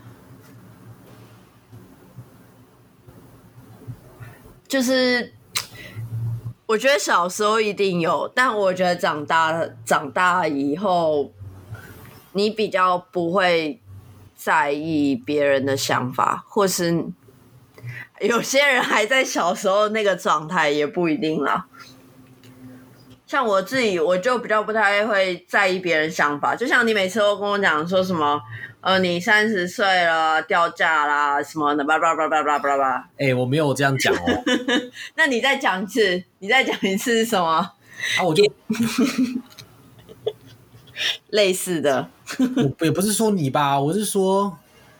Speaker 2: 就是我觉得小时候一定有，但我觉得长大长大以后，你比较不会在意别人的想法，或是有些人还在小时候那个状态，也不一定啦。像我自己，我就比较不太会在意别人想法。就像你每次都跟我讲说什么，呃，你三十岁了，掉价啦，什么的，叭叭叭叭叭叭叭。
Speaker 1: 哎，我没有这样讲哦。
Speaker 2: 那你再讲一次，你再讲一次是什么？
Speaker 1: 啊，我就
Speaker 2: 类似的。
Speaker 1: 我也不是说你吧，我是说，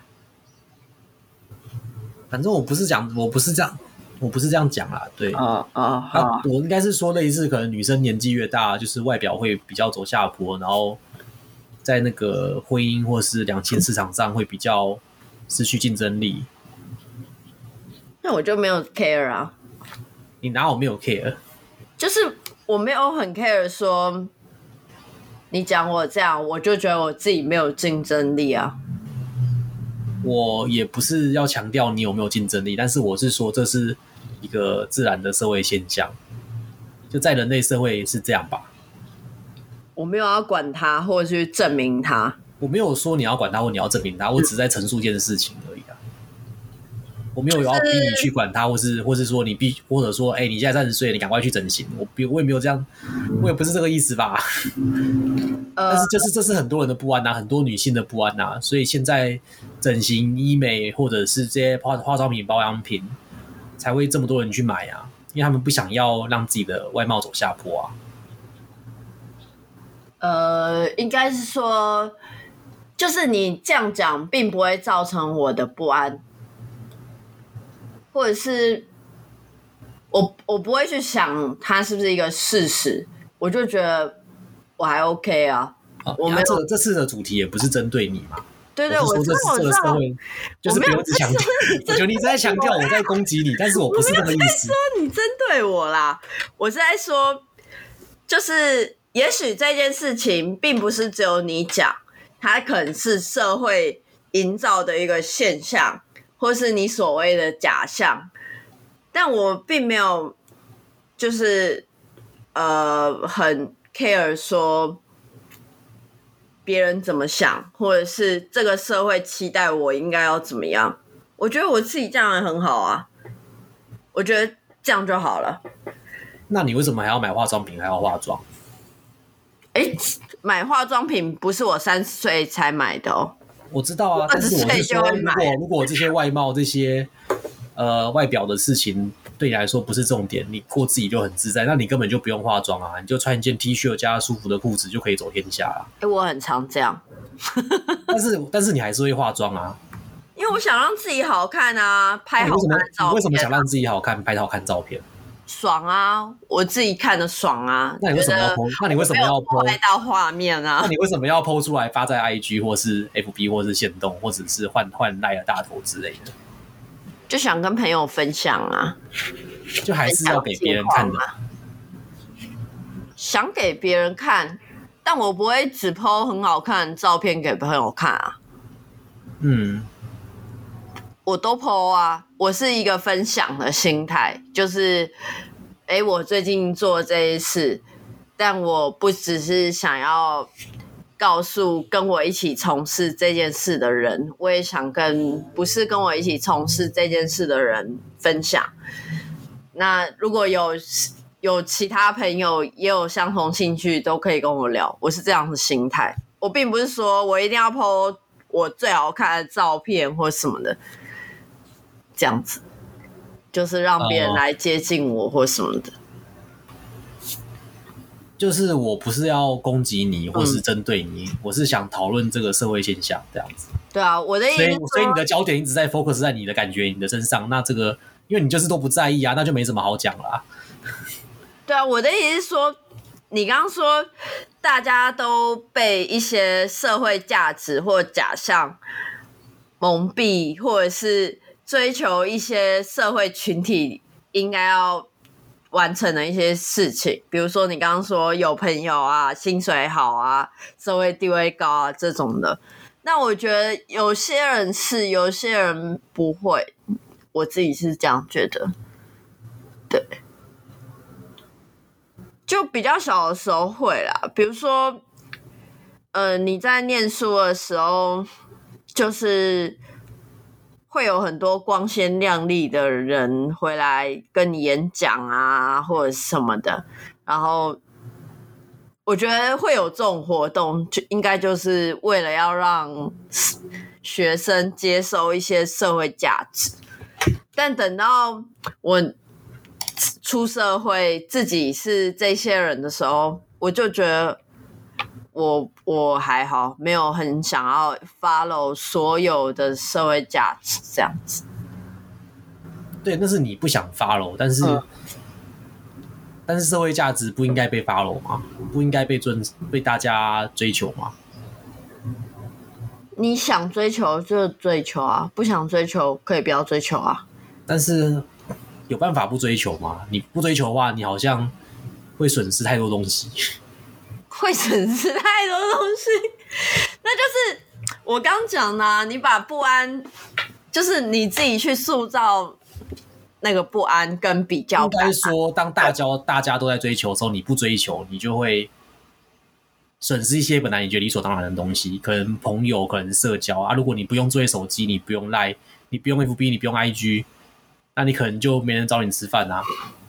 Speaker 1: 反正我不是讲，我不是这样。我不是这样讲啦，对，
Speaker 2: 啊啊啊！
Speaker 1: 我应该是说类似，可能女生年纪越大，就是外表会比较走下坡，然后在那个婚姻或是两性市场上会比较失去竞争力。
Speaker 2: 那我就没有 care 啊。
Speaker 1: 你哪有没有 care？
Speaker 2: 就是我没有很 care 说你讲我这样，我就觉得我自己没有竞争力啊。
Speaker 1: 我也不是要强调你有没有竞争力，但是我是说这是一个自然的社会现象， 就在人类社会是这样吧。
Speaker 2: 我没有要管他，或者去证明他。
Speaker 1: 我没有说你要管他或你要证明他，我只是在陈述一件事情而已啊。我没有要逼你去管他，或是或是说你必或者说，哎、欸，你现在三十岁，你赶快去整形。我我也没有这样，我也不是这个意思吧。但是就是这是很多人的不安啊，很多女性的不安啊，所以现在整形、医美或者是这些化化妆品、保养品，才会这么多人去买啊，因为他们不想要让自己的外貌走下坡啊。
Speaker 2: 呃，应该是说，就是你这样讲，并不会造成我的不安，或者是我我不会去想它是不是一个事实，我就觉得我还 OK 啊。
Speaker 1: 啊
Speaker 2: 我没有、
Speaker 1: 这个这次的主题也不是针对你嘛？
Speaker 2: 对对，
Speaker 1: 我是说这这个社会就是不用一直强调，我觉得你在强调我在攻击你，但是我不是这个意思。
Speaker 2: 我在说你针对我啦，我是在说，就是也许这件事情并不是只有你讲，它可能是社会营造的一个现象，或是你所谓的假象，但我并没有就是呃很 care 说别人怎么想，或者是这个社会期待我应该要怎么样。我觉得我自己这样也很好啊，我觉得这样就好了。
Speaker 1: 那你为什么还要买化妆品还要化妆？
Speaker 2: 哎，买化妆品不是我三十岁才买的哦。
Speaker 1: 我知道啊，但是我是说，如果如果这些外貌这些呃外表的事情对你来说不是重点，你过自己就很自在，那你根本就不用化妆啊，你就穿一件 T 恤加舒服的裤子就可以走天下了。
Speaker 2: 哎，我很常这样，
Speaker 1: 但是但是你还是会化妆啊，
Speaker 2: 因为我想让自己好看啊，拍好看的照片。
Speaker 1: 你为什么想让自己好看，拍好看照片？
Speaker 2: 爽啊，我自己看的爽啊。
Speaker 1: 那你为什么要 po？ 那你为什么要 po
Speaker 2: 拍到画面啊？
Speaker 1: 那你为什么要 po 出来发在 I G 或是 F B 或是限动，或者是换换赖的大头之类的？
Speaker 2: 就想跟朋友分享啊，
Speaker 1: 就还是要给别人看的。
Speaker 2: 想给别人看，但我不会只 po 很好看的照片给朋友看啊。
Speaker 1: 嗯。
Speaker 2: 我都 po 啊，我是一个分享的心态，就是哎、欸，我最近做这一事，但我不只是想要告诉跟我一起从事这件事的人，我也想跟不是跟我一起从事这件事的人分享。那如果有有其他朋友也有相同兴趣，都可以跟我聊，我是这样的心态。我并不是说我一定要 po 我最好看的照片或什么的，这样子就是让别人来接近我或什么的。
Speaker 1: 就是我不是要攻击你或是针对你、嗯、我是想讨论这个社会现象这样子。
Speaker 2: 对啊，我的意思是说，
Speaker 1: 所以所以你的焦点一直在 focus 在你的感觉你的身上，那这个因为你就是都不在意啊，那就没什么好讲了、啊。
Speaker 2: 对啊，我的意思是说，你刚刚说大家都被一些社会价值或假象蒙蔽，或者是追求一些社会群体应该要完成的一些事情，比如说你刚刚说有朋友啊，薪水好啊，社会地位高啊这种的。那我觉得有些人是，有些人不会，我自己是这样觉得。对，就比较小的时候会啦，比如说，呃，你在念书的时候，就是会有很多光鲜亮丽的人回来跟你演讲啊，或者什么的。然后，我觉得会有这种活动，就应该就是为了要让学生接受一些社会价值。但等到我出社会，自己是这些人的时候，我就觉得我我还好，没有很想要 follow 所有的社会价值这样子。
Speaker 1: 对，那是你不想 follow， 但是、嗯、但是社会价值不应该被 follow 吗？不应该被尊被大家追求吗？
Speaker 2: 你想追求就追求啊，不想追求可以不要追求啊。
Speaker 1: 但是有办法不追求吗？你不追求的话，你好像会损失太多东西。
Speaker 2: 会损失太多东西，那就是我刚讲的、啊，你把不安，就是你自己去塑造那个不安跟比较感、啊。
Speaker 1: 应该说，当大家大家都在追求的时候，你不追求，你就会损失一些本来你觉得理所当然的东西，可能朋友，可能社交啊。如果你不用智慧手机，你不用 Line， 你不用 F B， 你不用 I G， 那你可能就没人找你吃饭啊。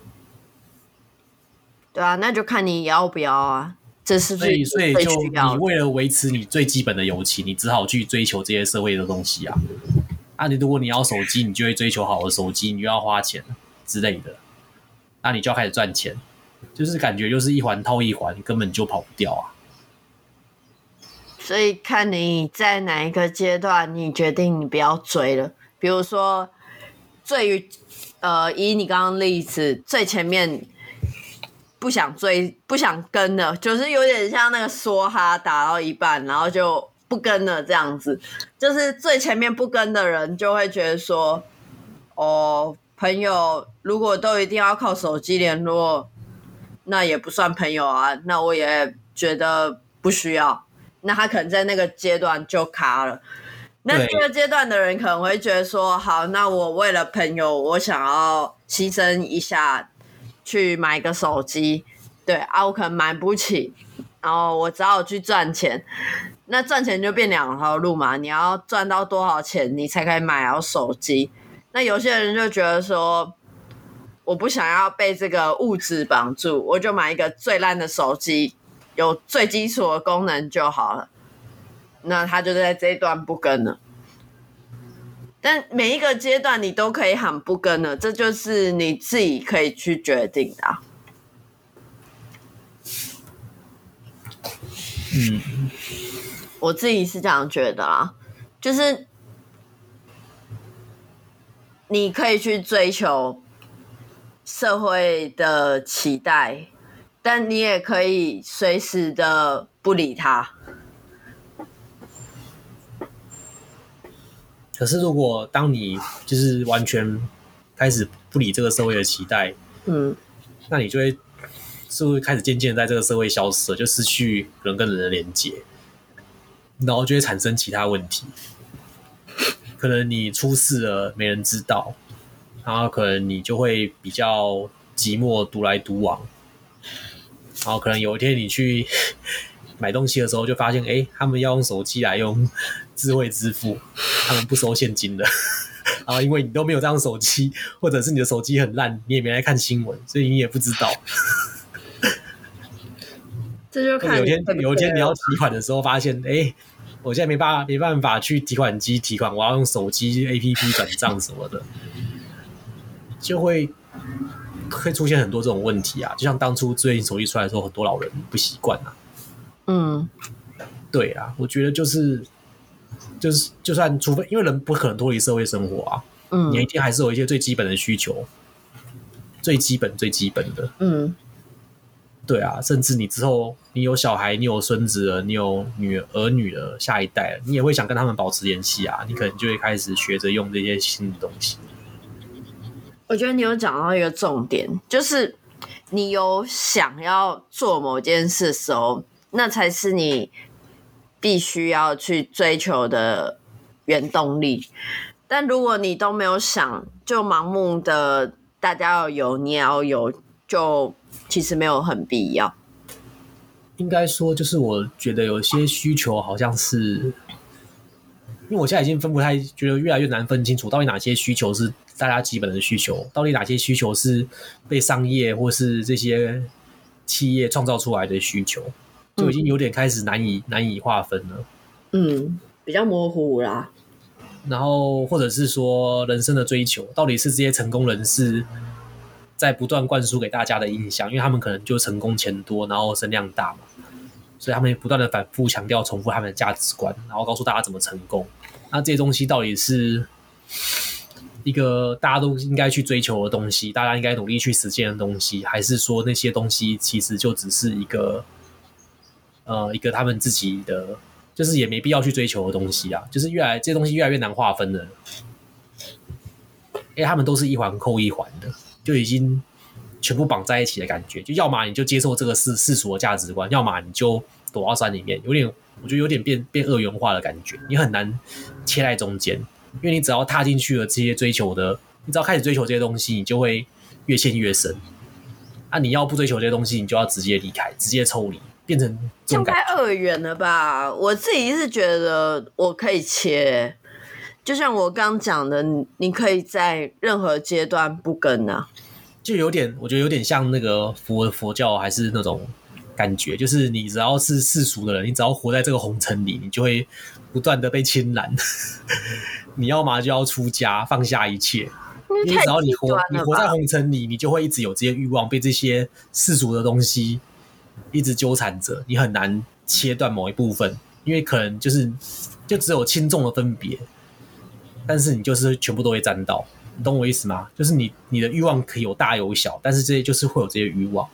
Speaker 2: 对啊，那就看你要不要啊。这是
Speaker 1: 所以，所以就你为了维持你最基本的友情，你只好去追求这些社会的东西啊。啊，你如果你要手机，你就会追求好的手机，你就要花钱之类的。那你就要开始赚钱，就是感觉就是一环套一环，根本就跑不掉啊。
Speaker 2: 所以看你在哪一个阶段，你决定你不要追了。比如说，最呃，以你刚刚例子，最前面不想追、不想跟的，就是有点像那个梭哈打到一半，然后就不跟了这样子。就是最前面不跟的人，就会觉得说，哦，朋友如果都一定要靠手机联络，那也不算朋友啊。那我也觉得不需要。那他可能在那个阶段就卡了。那第二阶段的人可能会觉得说，好，那我为了朋友，我想要牺牲一下，去买个手机。对啊，我可能买不起，然后我只好去赚钱。那赚钱就变两条路嘛，你要赚到多少钱，你才可以买到手机。那有些人就觉得说，我不想要被这个物质绑住，我就买一个最烂的手机，有最基础的功能就好了。那他就在这一段不跟了。但每一个阶段你都可以喊不跟了，这就是你自己可以去决定的、啊。
Speaker 1: 嗯，
Speaker 2: 我自己是这样觉得啦，就是你可以去追求社会的期待，但你也可以随时的不理他。
Speaker 1: 可是如果当你就是完全开始不理这个社会的期待，
Speaker 2: 嗯，
Speaker 1: 那你就会是不是开始渐渐在这个社会消失，就失去人跟人的连接，然后就会产生其他问题。可能你出事了没人知道，然后可能你就会比较寂寞独来独往，然后可能有一天你去买东西的时候就发现，哎，他们要用手机来用智慧支付，他们不收现金的。然后因为你都没有这样手机，或者是你的手机很烂，你也没来看新闻，所以你也不知道。
Speaker 2: 这就看
Speaker 1: 有一天有一天你要提款的时候，发现，哎，我现在没办法没办法去提款机提款，我要用手机 A P P 转账什么的，就会会出现很多这种问题啊。就像当初智慧型手机出来的时候，很多老人不习惯啊。
Speaker 2: 嗯，
Speaker 1: 对啊，我觉得就是就是就算除非因为人不可能脱离社会生活啊，嗯，你一定还是有一些最基本的需求，最基本最基本的，
Speaker 2: 嗯，
Speaker 1: 对啊，甚至你之后你有小孩，你有孙子了，你有女儿女了，下一代了，你也会想跟他们保持联系啊，你可能就会开始学着用这些新的东西。
Speaker 2: 我觉得你有讲到一个重点，就是你有想要做某件事的时候，那才是你必须要去追求的原动力。但如果你都没有想，就盲目的大家要有你也要有，就其实没有很必要。
Speaker 1: 应该说就是我觉得有些需求好像是因为我现在已经分不太觉得越来越难分清楚到底哪些需求是大家基本的需求，到底哪些需求是被商业或是这些企业创造出来的需求，就已经有点开始难以难以划分了。
Speaker 2: 嗯，比较模糊啦。
Speaker 1: 然后或者是说人生的追求，到底是这些成功人士在不断灌输给大家的印象，因为他们可能就成功钱多，然后声量大嘛，所以他们不断的反复强调重复他们的价值观，然后告诉大家怎么成功。那这些东西到底是一个大家都应该去追求的东西，大家应该努力去实现的东西，还是说那些东西其实就只是一个呃一个他们自己的，就是也没必要去追求的东西啊？就是越来这些东西越来越难划分了，因为他们都是一环扣一环的，就已经全部绑在一起的感觉。就要么你就接受这个世世俗的价值观，要么你就躲到山里面，有点我觉得有点变变二元化的感觉，你很难切在中间。因为你只要踏进去了这些追求的你只要开始追求这些东西，你就会越陷越深。啊，你要不追求这些东西，你就要直接离开，直接抽离，变成这种感觉。
Speaker 2: 太二元了吧？我自己是觉得我可以切，就像我刚讲的，你可以在任何阶段不跟啊。
Speaker 1: 就有点，我觉得有点像那个佛佛教，还是那种感觉，就是你只要是世俗的人，你只要活在这个红尘里，你就会不断的被侵染。你要嘛就要出家，放下一切，因为只要你活你活在红尘里，你就会一直有这些欲望，被这些世俗的东西一直纠缠着，你很难切断某一部分，因为可能就是就只有轻重的分别，但是你就是全部都会沾到。你懂我意思吗？就是你你的欲望可以有大有小，但是这些就是会有这些欲望，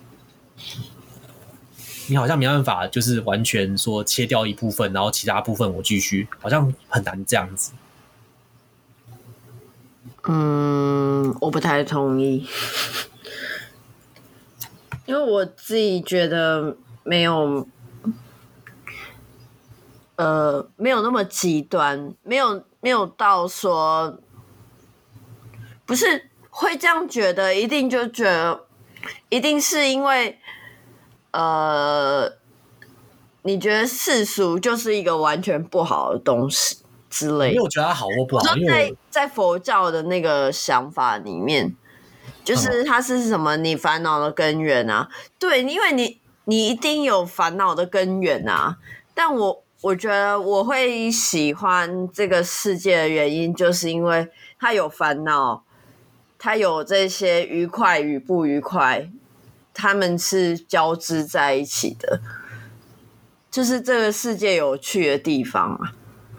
Speaker 1: 你好像没办法，就是完全说切掉一部分，然后其他部分我继续，好像很难这样子。
Speaker 2: 嗯，我不太同意，因为我自己觉得没有，呃，没有那么极端，没有没有到说。不是会这样觉得，一定就觉得，一定是因为，呃，你觉得世俗就是一个完全不好的东西之类的。
Speaker 1: 没有觉得它好或不好，因
Speaker 2: 为
Speaker 1: 为
Speaker 2: 在佛教的那个想法里面，就是它是什么？你烦恼的根源啊，对，因为你你一定有烦恼的根源啊。但我我觉得我会喜欢这个世界的原因，就是因为它有烦恼。它有这些愉快与不愉快，他们是交织在一起的，就是这个世界有趣的地方啊。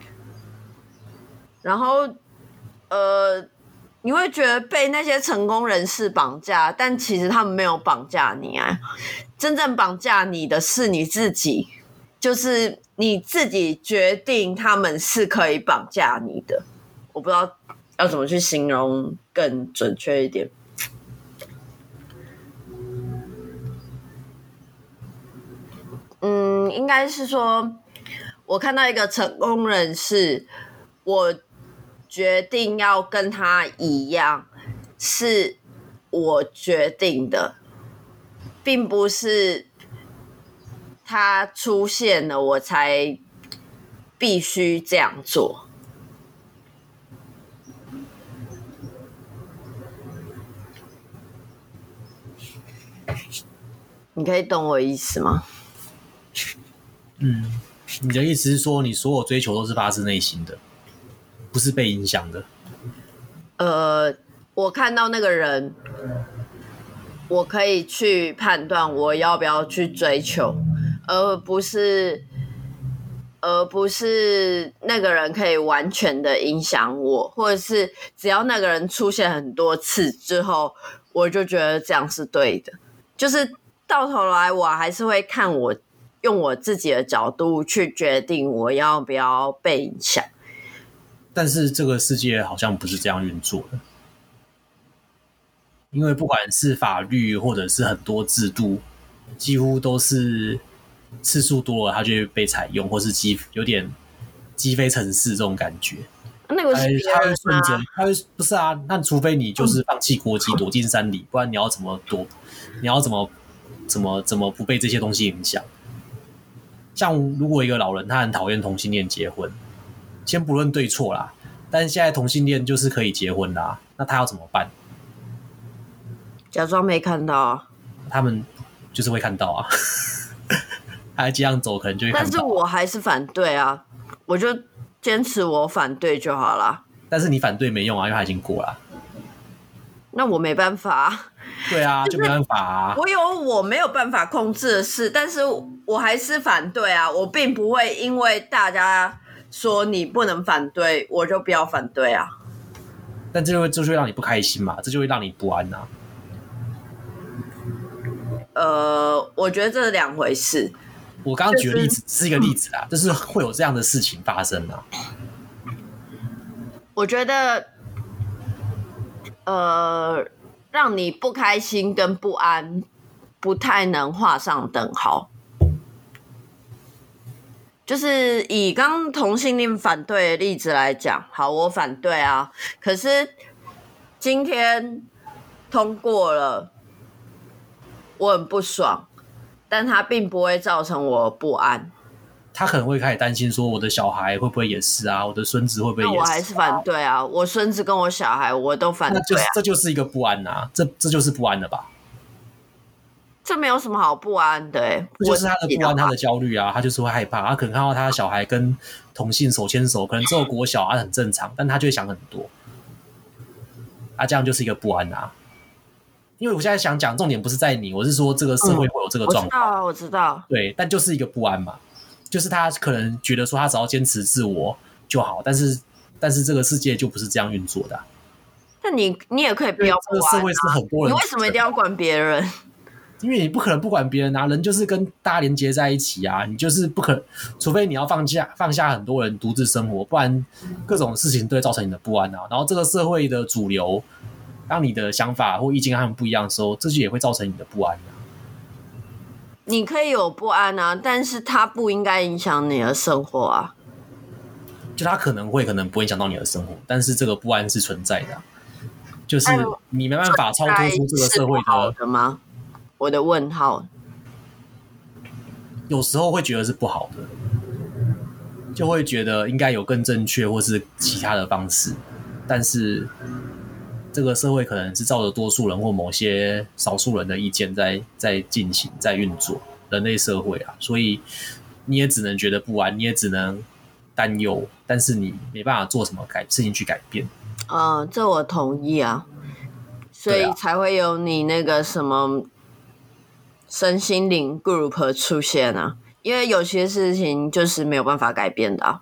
Speaker 2: 然后，呃，你会觉得被那些成功人士绑架，但其实他们没有绑架你啊，真正绑架你的是你自己，就是你自己决定他们是可以绑架你的。我不知道要怎么去形容更准确一点。嗯，应该是说，我看到一个成功人士，我决定要跟他一样，是我决定的，并不是他出现了我才必须这样做。你可以懂我意思吗？
Speaker 1: 嗯，你的意思是说，你所有追求都是发自内心的，不是被影响的。
Speaker 2: 呃，我看到那个人，我可以去判断我要不要去追求，而不是，而不是那个人可以完全的影响我，或者是只要那个人出现很多次之后，我就觉得这样是对的，就是。到头来我还是会看我用我自己的角度去决定我要不要被影响，
Speaker 1: 但是这个世界好像不是这样运作的，因为不管是法律或者是很多制度，几乎都是次数多了它就会被采用，或是鸡有点鸡飞城市这种感觉。
Speaker 2: 那个是别人啊，
Speaker 1: 他会顺着，他会不是啊？那除非你就是放弃国籍，躲进山里，不然你要怎么躲？你要怎么？怎么怎么不被这些东西影响？像如果一个老人他很讨厌同性恋结婚，先不论对错啦，但是现在同性恋就是可以结婚啦，那他要怎么办？
Speaker 2: 假装没看到啊，
Speaker 1: 他们就是会看到啊，他在街上走可能就会看到啊。
Speaker 2: 但是我还是反对啊，我就坚持我反对就好啦。
Speaker 1: 但是你反对没用啊，因为他已经过了。
Speaker 2: 那我没办法啊。
Speaker 1: 对啊，就没办法啊。
Speaker 2: 我有我没有办法控制的事，但是我还是反对啊。我并不会因为大家说你不能反对，我就不要反对啊。
Speaker 1: 但这就会这就会让你不开心嘛，这就会让你不安啊。
Speaker 2: 呃，我觉得这是两回事。
Speaker 1: 我刚刚举的例子是一个例子啦，就是会有这样的事情发生啊。
Speaker 2: 我觉得，呃。让你不开心跟不安不太能画上等号。就是以刚同性恋反对的例子来讲，好，我反对啊，可是今天通过了，我很不爽，但它并不会造成我不安。
Speaker 1: 他可能会开始担心说，我的小孩会不会也是啊？我的孙子会不会也是、啊？
Speaker 2: 那我还是反对啊！我孙子跟我小孩我都反对、啊，
Speaker 1: 那就是这就是一个不安啊！这这就是不安了吧？
Speaker 2: 这没有什么好不安的、欸，
Speaker 1: 这就是他的不安，他的焦虑啊，他就是会害怕，他可能看到他的小孩跟同性手牵手，可能只有国小啊很正常，但他就会想很多，啊，这样就是一个不安啊。因为我现在想讲重点不是在你，我是说这个社会会有这个状况、
Speaker 2: 嗯，我知道啊，我知道，
Speaker 1: 对，但就是一个不安嘛。就是他可能觉得说他只要坚持自我就好，但是但是这个世界就不是这样运作的、啊。
Speaker 2: 那你你也可以不要不安、啊、
Speaker 1: 这个社会是很多人，
Speaker 2: 你为什么一定要管别人？
Speaker 1: 因为你不可能不管别人啊，人就是跟大家连接在一起啊，你就是不可能，除非你要放下放下很多人独自生活，不然各种事情都会造成你的不安啊。然后这个社会的主流，当你的想法或意见跟他们不一样的时候，这就也会造成你的不安啊。
Speaker 2: 你可以有不安啊，但是它不应该影响你的生活啊。
Speaker 1: 就它可能会可能不会影响到你的生活，但是这个不安是存在的、啊，就是你没办法超脱出这个社会
Speaker 2: 的, 的吗？我的问号，
Speaker 1: 有时候会觉得是不好的，就会觉得应该有更正确或是其他的方式，但是这个社会可能是照着多数人或某些少数人的意见在在进行在运作，人类社会啊，所以你也只能觉得不安，你也只能担忧，但是你没办法做什么改事情去改变。
Speaker 2: 嗯，这我同意啊，所以才会有你那个什么身心灵 group 出现啊，因为有些事情就是没有办法改变的、啊。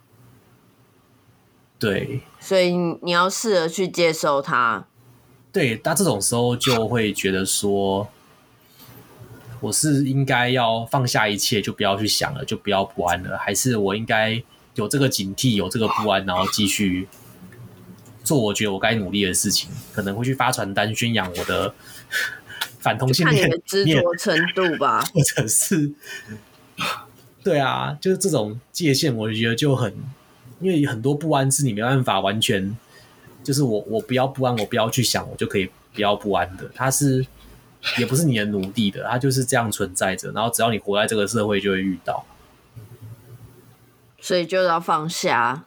Speaker 1: 对，
Speaker 2: 所以你要试着去接受它。
Speaker 1: 对，那这种时候就会觉得说，我是应该要放下一切，就不要去想了，就不要不安了，还是我应该有这个警惕，有这个不安，然后继续做我觉得我该努力的事情，可能会去发传单宣扬我的反同性恋，
Speaker 2: 看你的执着程度吧，
Speaker 1: 或者是对啊，就是这种界限，我觉得就很，因为很多不安是你没办法完全。就是我，我不要不安，我不要去想，我就可以不要不安的。它是也不是你的奴隶的，它就是这样存在着。然后只要你活在这个社会，就会遇到。
Speaker 2: 所以就要放下，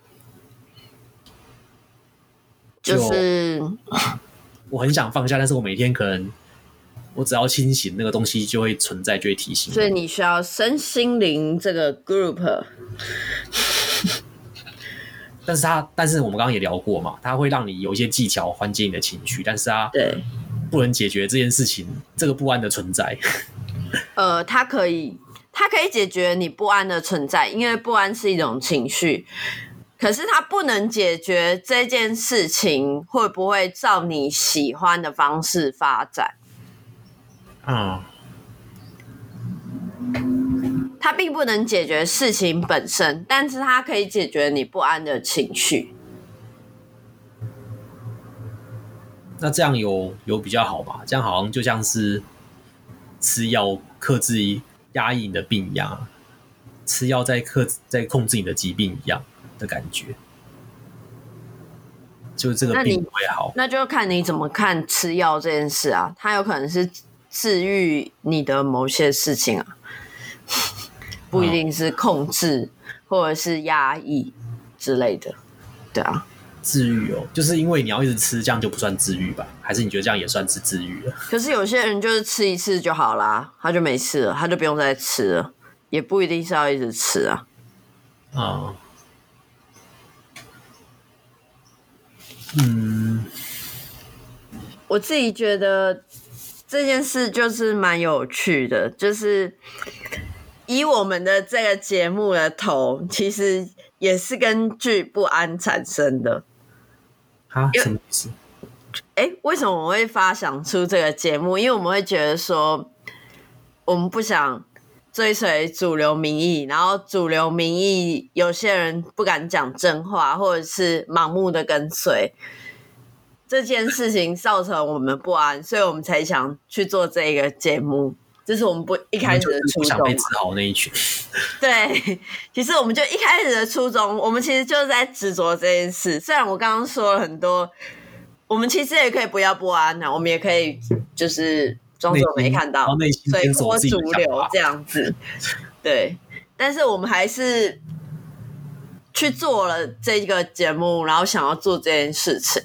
Speaker 2: 就、就是
Speaker 1: 我很想放下，但是我每天可能我只要清醒，那个东西就会存在，就会提醒。
Speaker 2: 所以你需要身心灵这个 group。
Speaker 1: 但是它，但是我们刚刚也聊过嘛，它会让你有一些技巧缓解你的情绪，但是它
Speaker 2: 对
Speaker 1: 不能解决这件事情，这个不安的存在。
Speaker 2: 呃，它可以，它可以解决你不安的存在，因为不安是一种情绪，可是它不能解决这件事情会不会照你喜欢的方式发展。
Speaker 1: 嗯。
Speaker 2: 它并不能解决事情本身，但是它可以解决你不安的情绪。
Speaker 1: 那这样有有比较好吧？这样好像就像是吃药克制压抑你的病一样，吃药在克在控制你的疾病一样的感觉，就这个病不会好。
Speaker 2: 那, 那就看你怎么看吃药这件事啊，它有可能是治愈你的某些事情啊。不一定是控制或者是压抑之类的，对啊。
Speaker 1: 治愈哦，就是因为你要一直吃，这样就不算治愈吧？还是你觉得这样也算是治愈了？
Speaker 2: 可是有些人就是吃一次就好啦，他就没事了，他就不用再吃了，也不一定是要一直吃啊。
Speaker 1: 啊、嗯，
Speaker 2: 我自己觉得这件事就是蛮有趣的，就是以我们的这个节目的头，其实也是根据不安产生的。
Speaker 1: 啊，什么意思？
Speaker 2: 哎，为什么我会发想出这个节目？因为我们会觉得说，我们不想追随主流民意，然后主流民意有些人不敢讲真话，或者是盲目的跟随。这件事情造成我们不安，所以我们才想去做这个节目。这是我们不一开始的初衷，
Speaker 1: 不想被治好那一群。
Speaker 2: 对，其实我们就一开始的初衷，我们其实就是在执着这件事。虽然我刚刚说了很多，我我们其实也可以不要不安啊，我们也可以就是装作没看到，随波逐流这样子。对，但是我们还是去做了这个节目，然后想要做这件事情，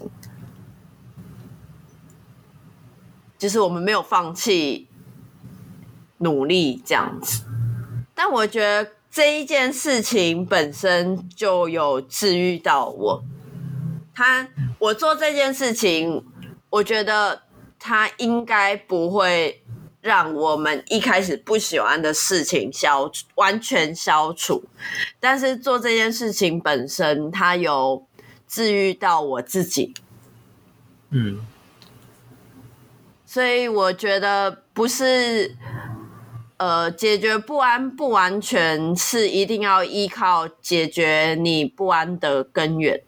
Speaker 2: 就是我们没有放弃努力这样子。但我觉得这一件事情本身就有治愈到我。他，我做这件事情，我觉得他应该不会让我们一开始不喜欢的事情消完全消除，但是做这件事情本身，它有治愈到我自己。
Speaker 1: 嗯，
Speaker 2: 所以我觉得不是。呃，解决不安不完全是一定要依靠解决你不安的根源。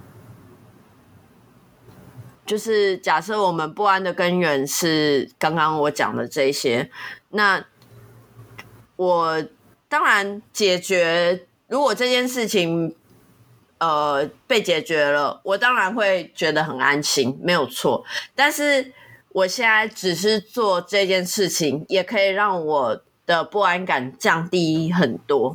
Speaker 2: 就是假设我们不安的根源是刚刚我讲的这些，那我当然解决，如果这件事情呃被解决了，我当然会觉得很安心，没有错。但是我现在只是做这件事情，也可以让我的不安感降低很多，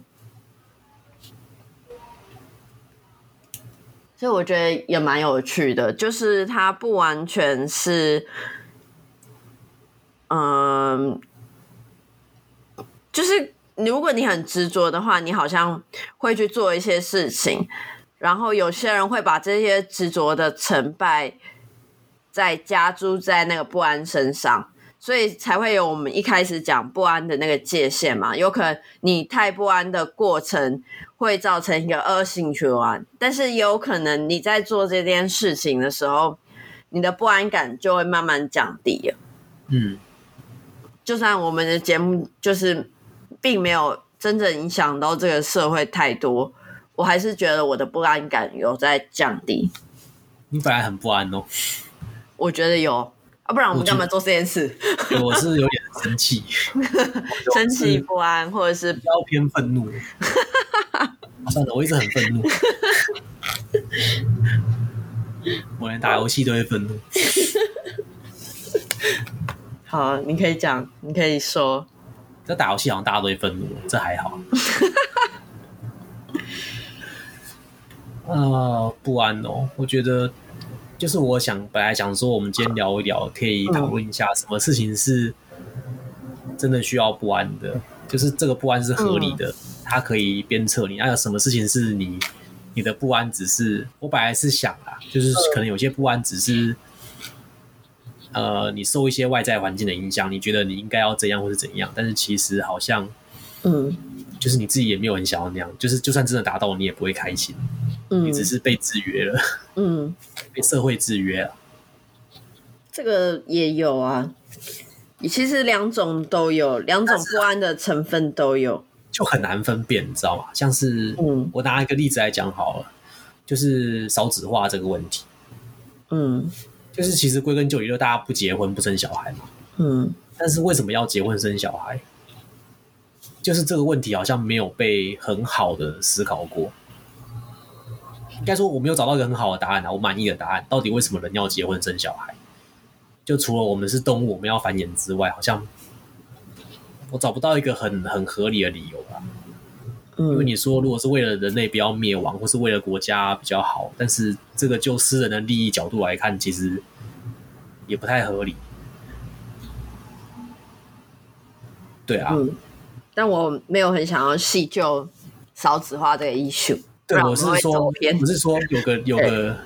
Speaker 2: 所以我觉得也蛮有趣的，就是它不完全是，嗯，就是如果你很执着的话，你好像会去做一些事情，然后有些人会把这些执着的成败再加诸在那个不安身上，所以才会有我们一开始讲不安的那个界限嘛。有可能你太不安的过程会造成一个恶性循环，但是也有可能你在做这件事情的时候，你的不安感就会慢慢降低了。
Speaker 1: 嗯，
Speaker 2: 就算我们的节目就是并没有真正影响到这个社会太多，我还是觉得我的不安感有在降低。
Speaker 1: 你本来很不安哦。
Speaker 2: 我觉得有啊，不然我们干嘛做这件事？
Speaker 1: 我是有点生气，
Speaker 2: 生气不安，或者是
Speaker 1: 比较偏愤怒。算了，我一直很愤怒，我连打游戏都会愤怒。
Speaker 2: 好，你可以讲，你可以说。
Speaker 1: 这打游戏好像大家都会愤怒，这还好。呃，不安哦，我觉得。就是我想本来想说我们今天聊一聊，可以讨论一下什么事情是真的需要不安的，就是这个不安是合理的，它可以鞭策你。还有什么事情是你你的不安只是，我本来是想啦，就是可能有些不安只是呃你受一些外在环境的影响，你觉得你应该要怎样或是怎样，但是其实好像嗯，就是你自己也没有很想要那样，就是就算真的达到你也不会开心。嗯，你只是被制约了，嗯，被社会制约了。
Speaker 2: 这个也有啊，其实两种都有，两种不安的成分都有，
Speaker 1: 就很难分辨，你知道吗？像是，嗯，我拿一个例子来讲好了，就是少子化这个问题，嗯，就是其实归根究底，就大家不结婚不生小孩嘛，嗯，但是为什么要结婚生小孩？就是这个问题好像没有被很好的思考过。应该说我没有找到一个很好的答案啊，我满意的答案。到底为什么人要结婚生小孩？就除了我们是动物，我们要繁衍之外，好像我找不到一个很很合理的理由啊。嗯，因为你说如果是为了人类不要灭亡，或是为了国家比较好，但是这个就私人的利益角度来看，其实也不太合理。对啊，嗯，
Speaker 2: 但我没有很想要细究少子化这个 issue。
Speaker 1: 对，我是说，不是说有个有个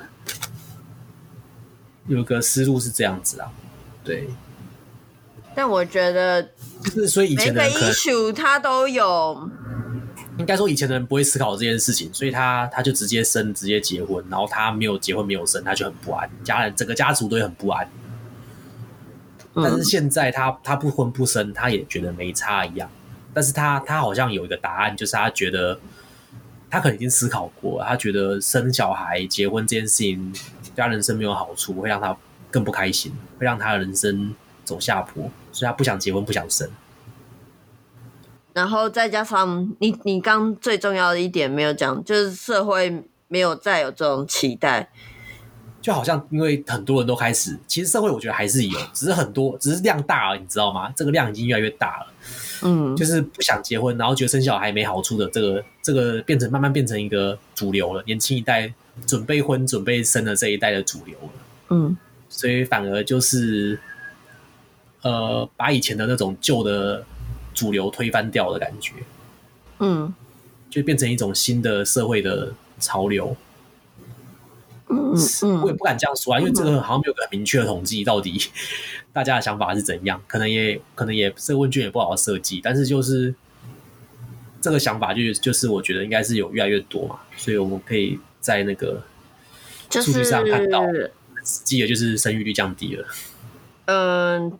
Speaker 1: 有个思路是这样子啊，对。
Speaker 2: 但我觉得，
Speaker 1: 就是所以以前的人可能
Speaker 2: 每个 issue 它都有，
Speaker 1: 应该说以前的人不会思考这件事情，所以他他就直接生，直接结婚，然后他没有结婚没有生，他就很不安，家人整个家族都会很不安。但是现在他他不婚不生，他也觉得没差一样，但是他他好像有一个答案，就是他觉得。他可能已经思考过了，他觉得生小孩、结婚这件事情对他人生没有好处，会让他更不开心，会让他的人生走下坡，所以他不想结婚，不想生。
Speaker 2: 然后再加上你，你刚最重要的一点没有讲，就是社会没有再有这种期待，
Speaker 1: 就好像因为很多人都开始，其实社会我觉得还是有，只是很多只是量大了，你知道吗？这个量已经越来越大了。
Speaker 2: 嗯，
Speaker 1: 就是不想结婚，然后觉得生小孩没好处的，这个这个变成慢慢变成一个主流了。年轻一代准备婚、准备生的这一代的主流了。
Speaker 2: 嗯，
Speaker 1: 所以反而就是呃，把以前的那种旧的主流推翻掉的感觉。
Speaker 2: 嗯，
Speaker 1: 就变成一种新的社会的潮流。
Speaker 2: 嗯嗯，
Speaker 1: 我也不敢这样说啊，因为这个好像没有个很明确的统计，到底大家的想法是怎样，可能也可能也这个问卷也不好设计，但是就是这个想法就就是我觉得应该是有越来越多嘛，所以我们可以在那个数据上看到，实际的就是生育率降低了。
Speaker 2: 嗯，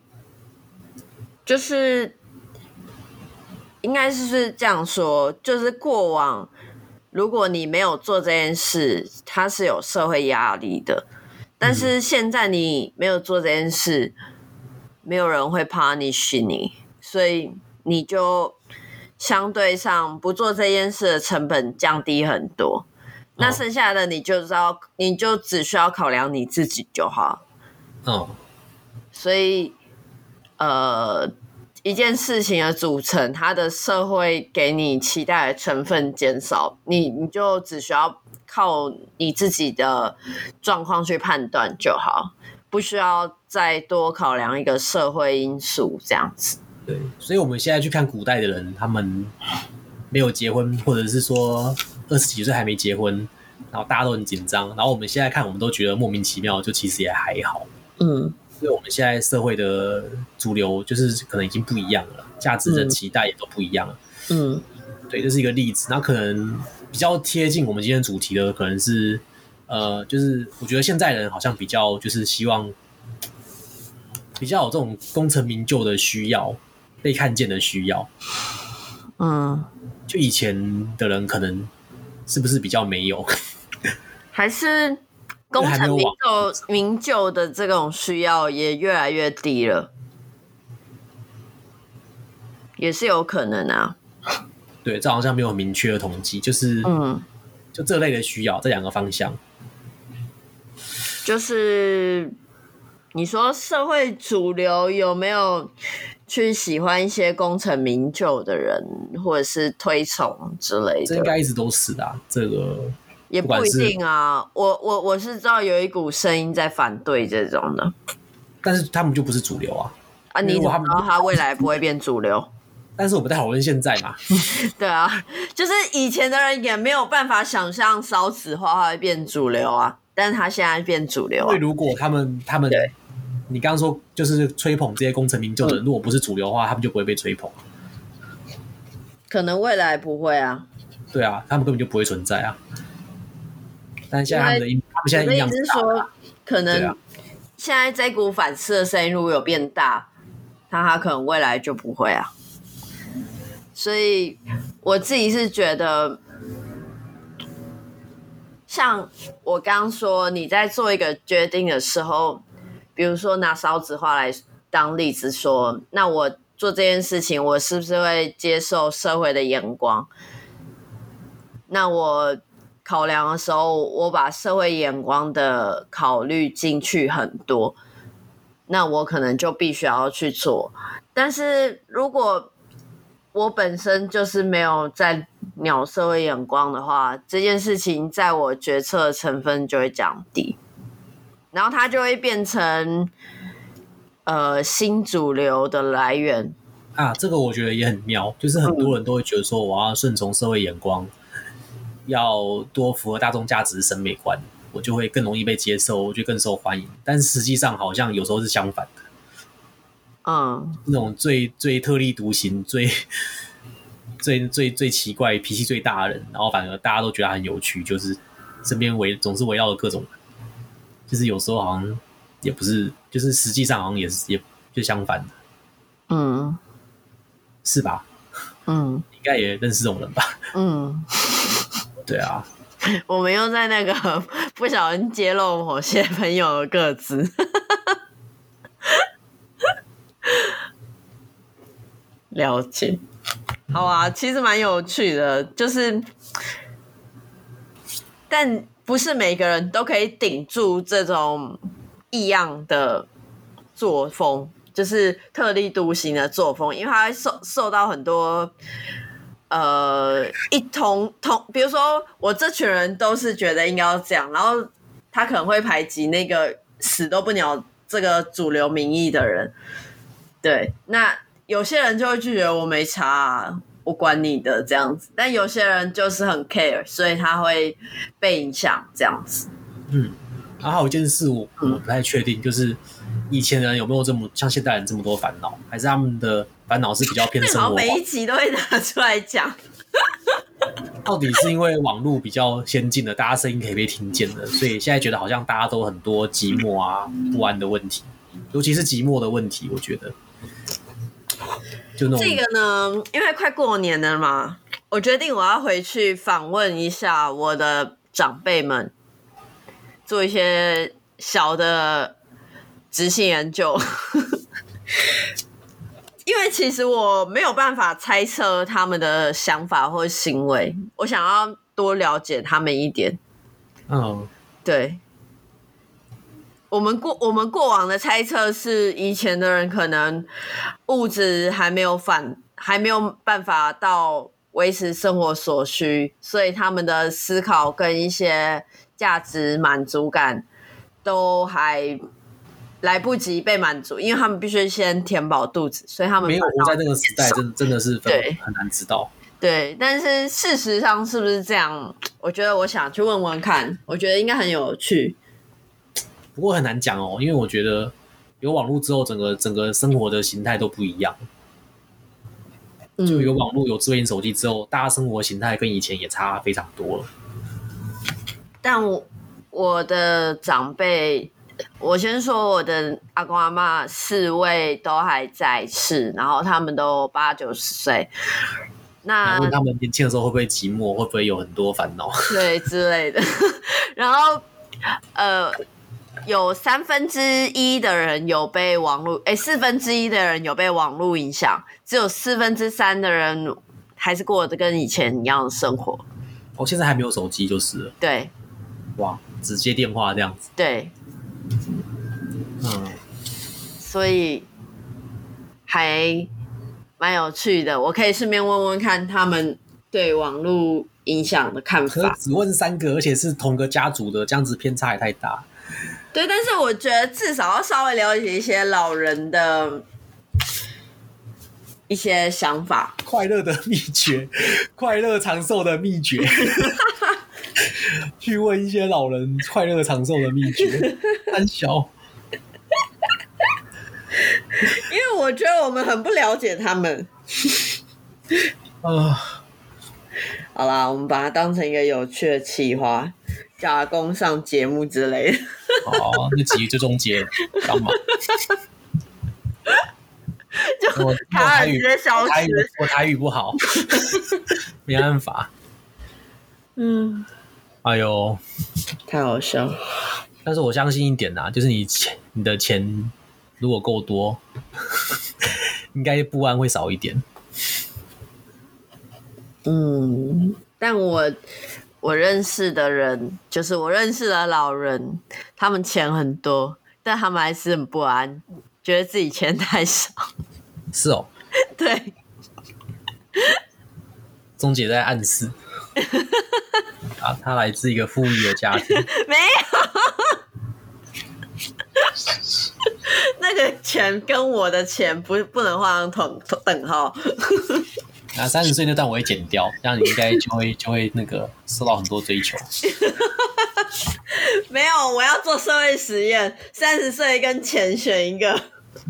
Speaker 2: 就是应该是这样说，就是过往。如果你没有做这件事，它是有社会压力的。但是现在你没有做这件事，没有人会 punish 你，所以你就相对上不做这件事的成本降低很多。那剩下的你就知道，你就只需要考量你自己就好。
Speaker 1: 嗯，
Speaker 2: 所以呃。一件事情的组成，它的社会给你期待的成分减少，你你就只需要靠你自己的状况去判断就好，不需要再多考量一个社会因素这样子。
Speaker 1: 对，所以我们现在去看古代的人，他们没有结婚，或者是说二十几岁还没结婚，然后大家都很紧张，然后我们现在看，我们都觉得莫名其妙，就其实也还好。
Speaker 2: 嗯。
Speaker 1: 因为我们现在社会的主流就是可能已经不一样了，价值的期待也都不一样了。
Speaker 2: 嗯，
Speaker 1: 对，这是一个例子。那可能比较贴近我们今天主题的，可能是呃，就是我觉得现在人好像比较就是希望比较有这种功成名就的需要，被看见的需要。
Speaker 2: 嗯，
Speaker 1: 就以前的人可能是不是比较没有，
Speaker 2: 还是？功成名就名就的这种需要也越来越低了，也是有可能啊。
Speaker 1: 对，这好像没有很明确的统计，就是
Speaker 2: 嗯，
Speaker 1: 就这类的需要，这两个方向，
Speaker 2: 就是你说社会主流有没有去喜欢一些功成名就的人，或者是推崇之类的？
Speaker 1: 这应该一直都是的、啊，这个。
Speaker 2: 也不一定啊，我我我是知道有一股声音在反对这种的，
Speaker 1: 但是他们就不是主流啊。
Speaker 2: 啊，你怎么知道他未来不会变主流？
Speaker 1: 但是我们在讨论现在嘛。
Speaker 2: 对啊，就是以前的人也没有办法想象少子化会变主流啊，但是他现在变主流、啊。
Speaker 1: 因为如果他们他们，你刚刚说就是吹捧这些功成名就的人、嗯，如果不是主流的话，他们就不会被吹捧。
Speaker 2: 可能未来不会啊。
Speaker 1: 对啊，他们根本就不会存在啊。但现在他们的音，他们现在音量
Speaker 2: 是说，可能现在这股反噬的声音如果有变大，那他可能未来就不会啊。所以我自己是觉得，像我刚刚说，你在做一个决定的时候，比如说拿少子化来当例子说，那我做这件事情，我是不是会接受社会的眼光？那我考量的时候，我把社会眼光的考虑进去很多，那我可能就必须要去做。但是如果我本身就是没有在鸟社会眼光的话，这件事情在我决策的成分就会降低，然后它就会变成呃新主流的来源
Speaker 1: 啊。这个我觉得也很妙，就是很多人都会觉得说，我要顺从社会眼光。嗯，要多符合大众价值审美观，我就会更容易被接受，我就更受欢迎。但是实际上好像有时候是相反的，
Speaker 2: 嗯，
Speaker 1: 那种最最特立独行、最最最最奇怪、脾气最大的人，然后反而大家都觉得他很有趣，就是身边围总是围绕着各种人，就是有时候好像也不是，就是实际上好像也是也就相反的，
Speaker 2: 嗯，是
Speaker 1: 吧？
Speaker 2: 嗯，
Speaker 1: 应该也认识这种人吧？
Speaker 2: 嗯。 对啊，我们又在那个不小心揭露某些朋友的个资，了解。好啊，其实蛮有趣的，就是，但不是每个人都可以顶住这种异样的作风，就是特立独行的作风，因为他会受受到很多呃一同同，比如说我这群人都是觉得应该要这样，然后他可能会排挤那个死都不鸟这个主流民意的人。对，那有些人就会拒绝我没差啊，我管你的这样子，但有些人就是很 care， 所以他会被影响这样子。
Speaker 1: 嗯，然后还有一件事我我不太确定，就是以前人有没有这么像现代人这么多烦恼，还是他们的烦恼是比较偏生活化？
Speaker 2: 每一集都会拿出来讲。
Speaker 1: 到底是因为网络比较先进的，大家声音可以被听见的，所以现在觉得好像大家都很多寂寞啊、不安的问题，尤其是寂寞的问题，我觉得。就那种
Speaker 2: 这个呢，因为快过年了嘛，我决定我要回去访问一下我的长辈们，做一些小的执行研究。因为其实我没有办法猜测他们的想法或行为，我想要多了解他们一点。
Speaker 1: 嗯，
Speaker 2: 对。我们过我们过往的猜测是，以前的人可能物质还没有反，还没有办法到维持生活所需，所以他们的思考跟一些价值满足感都还来不及被满足，因为他们必须先填饱肚子，所以他们
Speaker 1: 没有活在那个时代，真真的是很难知道。
Speaker 2: 对，但是事实上是不是这样？我觉得我想去问问看，我觉得应该很有趣。
Speaker 1: 不过很难讲哦，因为我觉得有网络之后，整个整个生活的形态都不一样。就有网络、有智慧型手机之后，大家生活形态跟以前也差非常多了。
Speaker 2: 但我我的长辈，我先说我的阿公阿嬷四位都还在世，然后他们都八九十岁。那
Speaker 1: 问他们年轻的时候会不会寂寞，会不会有很多烦恼，
Speaker 2: 对之类的。然后呃。有三分之一的人有被网络，哎，四分之一的人有被网络影响，只有四分之三的人还是过得跟以前一样的生活。
Speaker 1: 哦，现在还没有手机就是了。
Speaker 2: 对，
Speaker 1: 哇，只接电话这样子。
Speaker 2: 对，
Speaker 1: 嗯，
Speaker 2: 所以还蛮有趣的，我可以顺便问问看他们对网络影响的看法。
Speaker 1: 可只问三个，而且是同个家族的，这样子偏差也太大。
Speaker 2: 对，但是我觉得至少要稍微了解一些老人的一些想法。
Speaker 1: 快乐的秘诀，快乐长寿的秘诀。去问一些老人快乐长寿的秘诀。三小。
Speaker 2: 因为我觉得我们很不了解他们。
Speaker 1: 呃，
Speaker 2: 好啦，我们把它当成一个有趣的企划，叫阿公上节目之类的。
Speaker 1: 哦，那集最终结干嘛？
Speaker 2: 就
Speaker 1: 我
Speaker 2: 他直接消失，
Speaker 1: 我台语不好，没办法。
Speaker 2: 嗯，
Speaker 1: 哎呦，
Speaker 2: 太好笑了。
Speaker 1: 但是我相信一点啊，就是你钱，你的钱如果够多，应该不安会少一点。
Speaker 2: 嗯，但我我认识的人，就是我认识的老人，他们钱很多，但他们还是很不安，觉得自己钱太少。
Speaker 1: 是哦，
Speaker 2: 对，
Speaker 1: 钟姐在暗示啊，他来自一个富裕的家庭，
Speaker 2: 没有，那个钱跟我的钱不不能画上同等号。
Speaker 1: 啊，三十岁那段我会剪掉，这样你应该就会就会那个受到很多追求。
Speaker 2: 没有，我要做社会实验，三十岁跟钱选一个。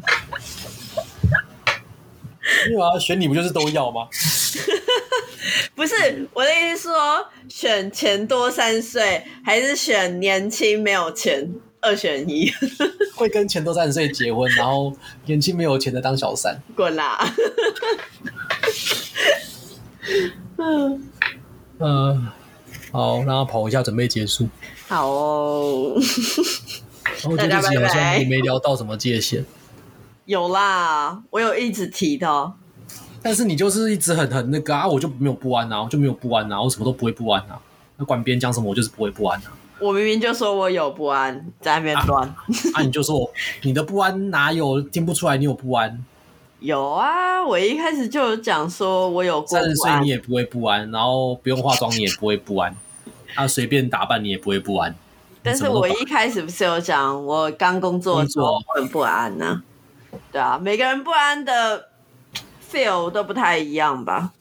Speaker 1: 没有啊，选你不就是都要吗？
Speaker 2: 不是，我的意思是说，选钱多三岁，还是选年轻没有钱，二选一。
Speaker 1: 会跟钱多三十岁结婚，然后年轻没有钱的当小三。
Speaker 2: 滚啦！
Speaker 1: 嗯嗯，好，然后跑一下，准备结束。
Speaker 2: 好哦。
Speaker 1: 我觉得这集好像也没聊到什么界限。
Speaker 2: 有啦，我有一直提到。但
Speaker 1: 是你就是一直很很那个啊，我就没有不安啊，我就没有不安啊，我什么都不会不安啊。 那管别人讲什么，我就是不会不安啊。
Speaker 2: 我明明就说我有不安，在那边乱。啊,
Speaker 1: 啊，你就说你的不安哪有听不出来？你有不安？
Speaker 2: 有啊，我一开始就有讲说我有过不安。
Speaker 1: 三十岁你也不会不安，然后不用化妆你也不会不安，啊，随便打扮你也不会不安。
Speaker 2: 但是我一开始不是有讲，我刚工作的时候很不安呢、啊。对啊，每个人不安的 feel 都不太一样吧？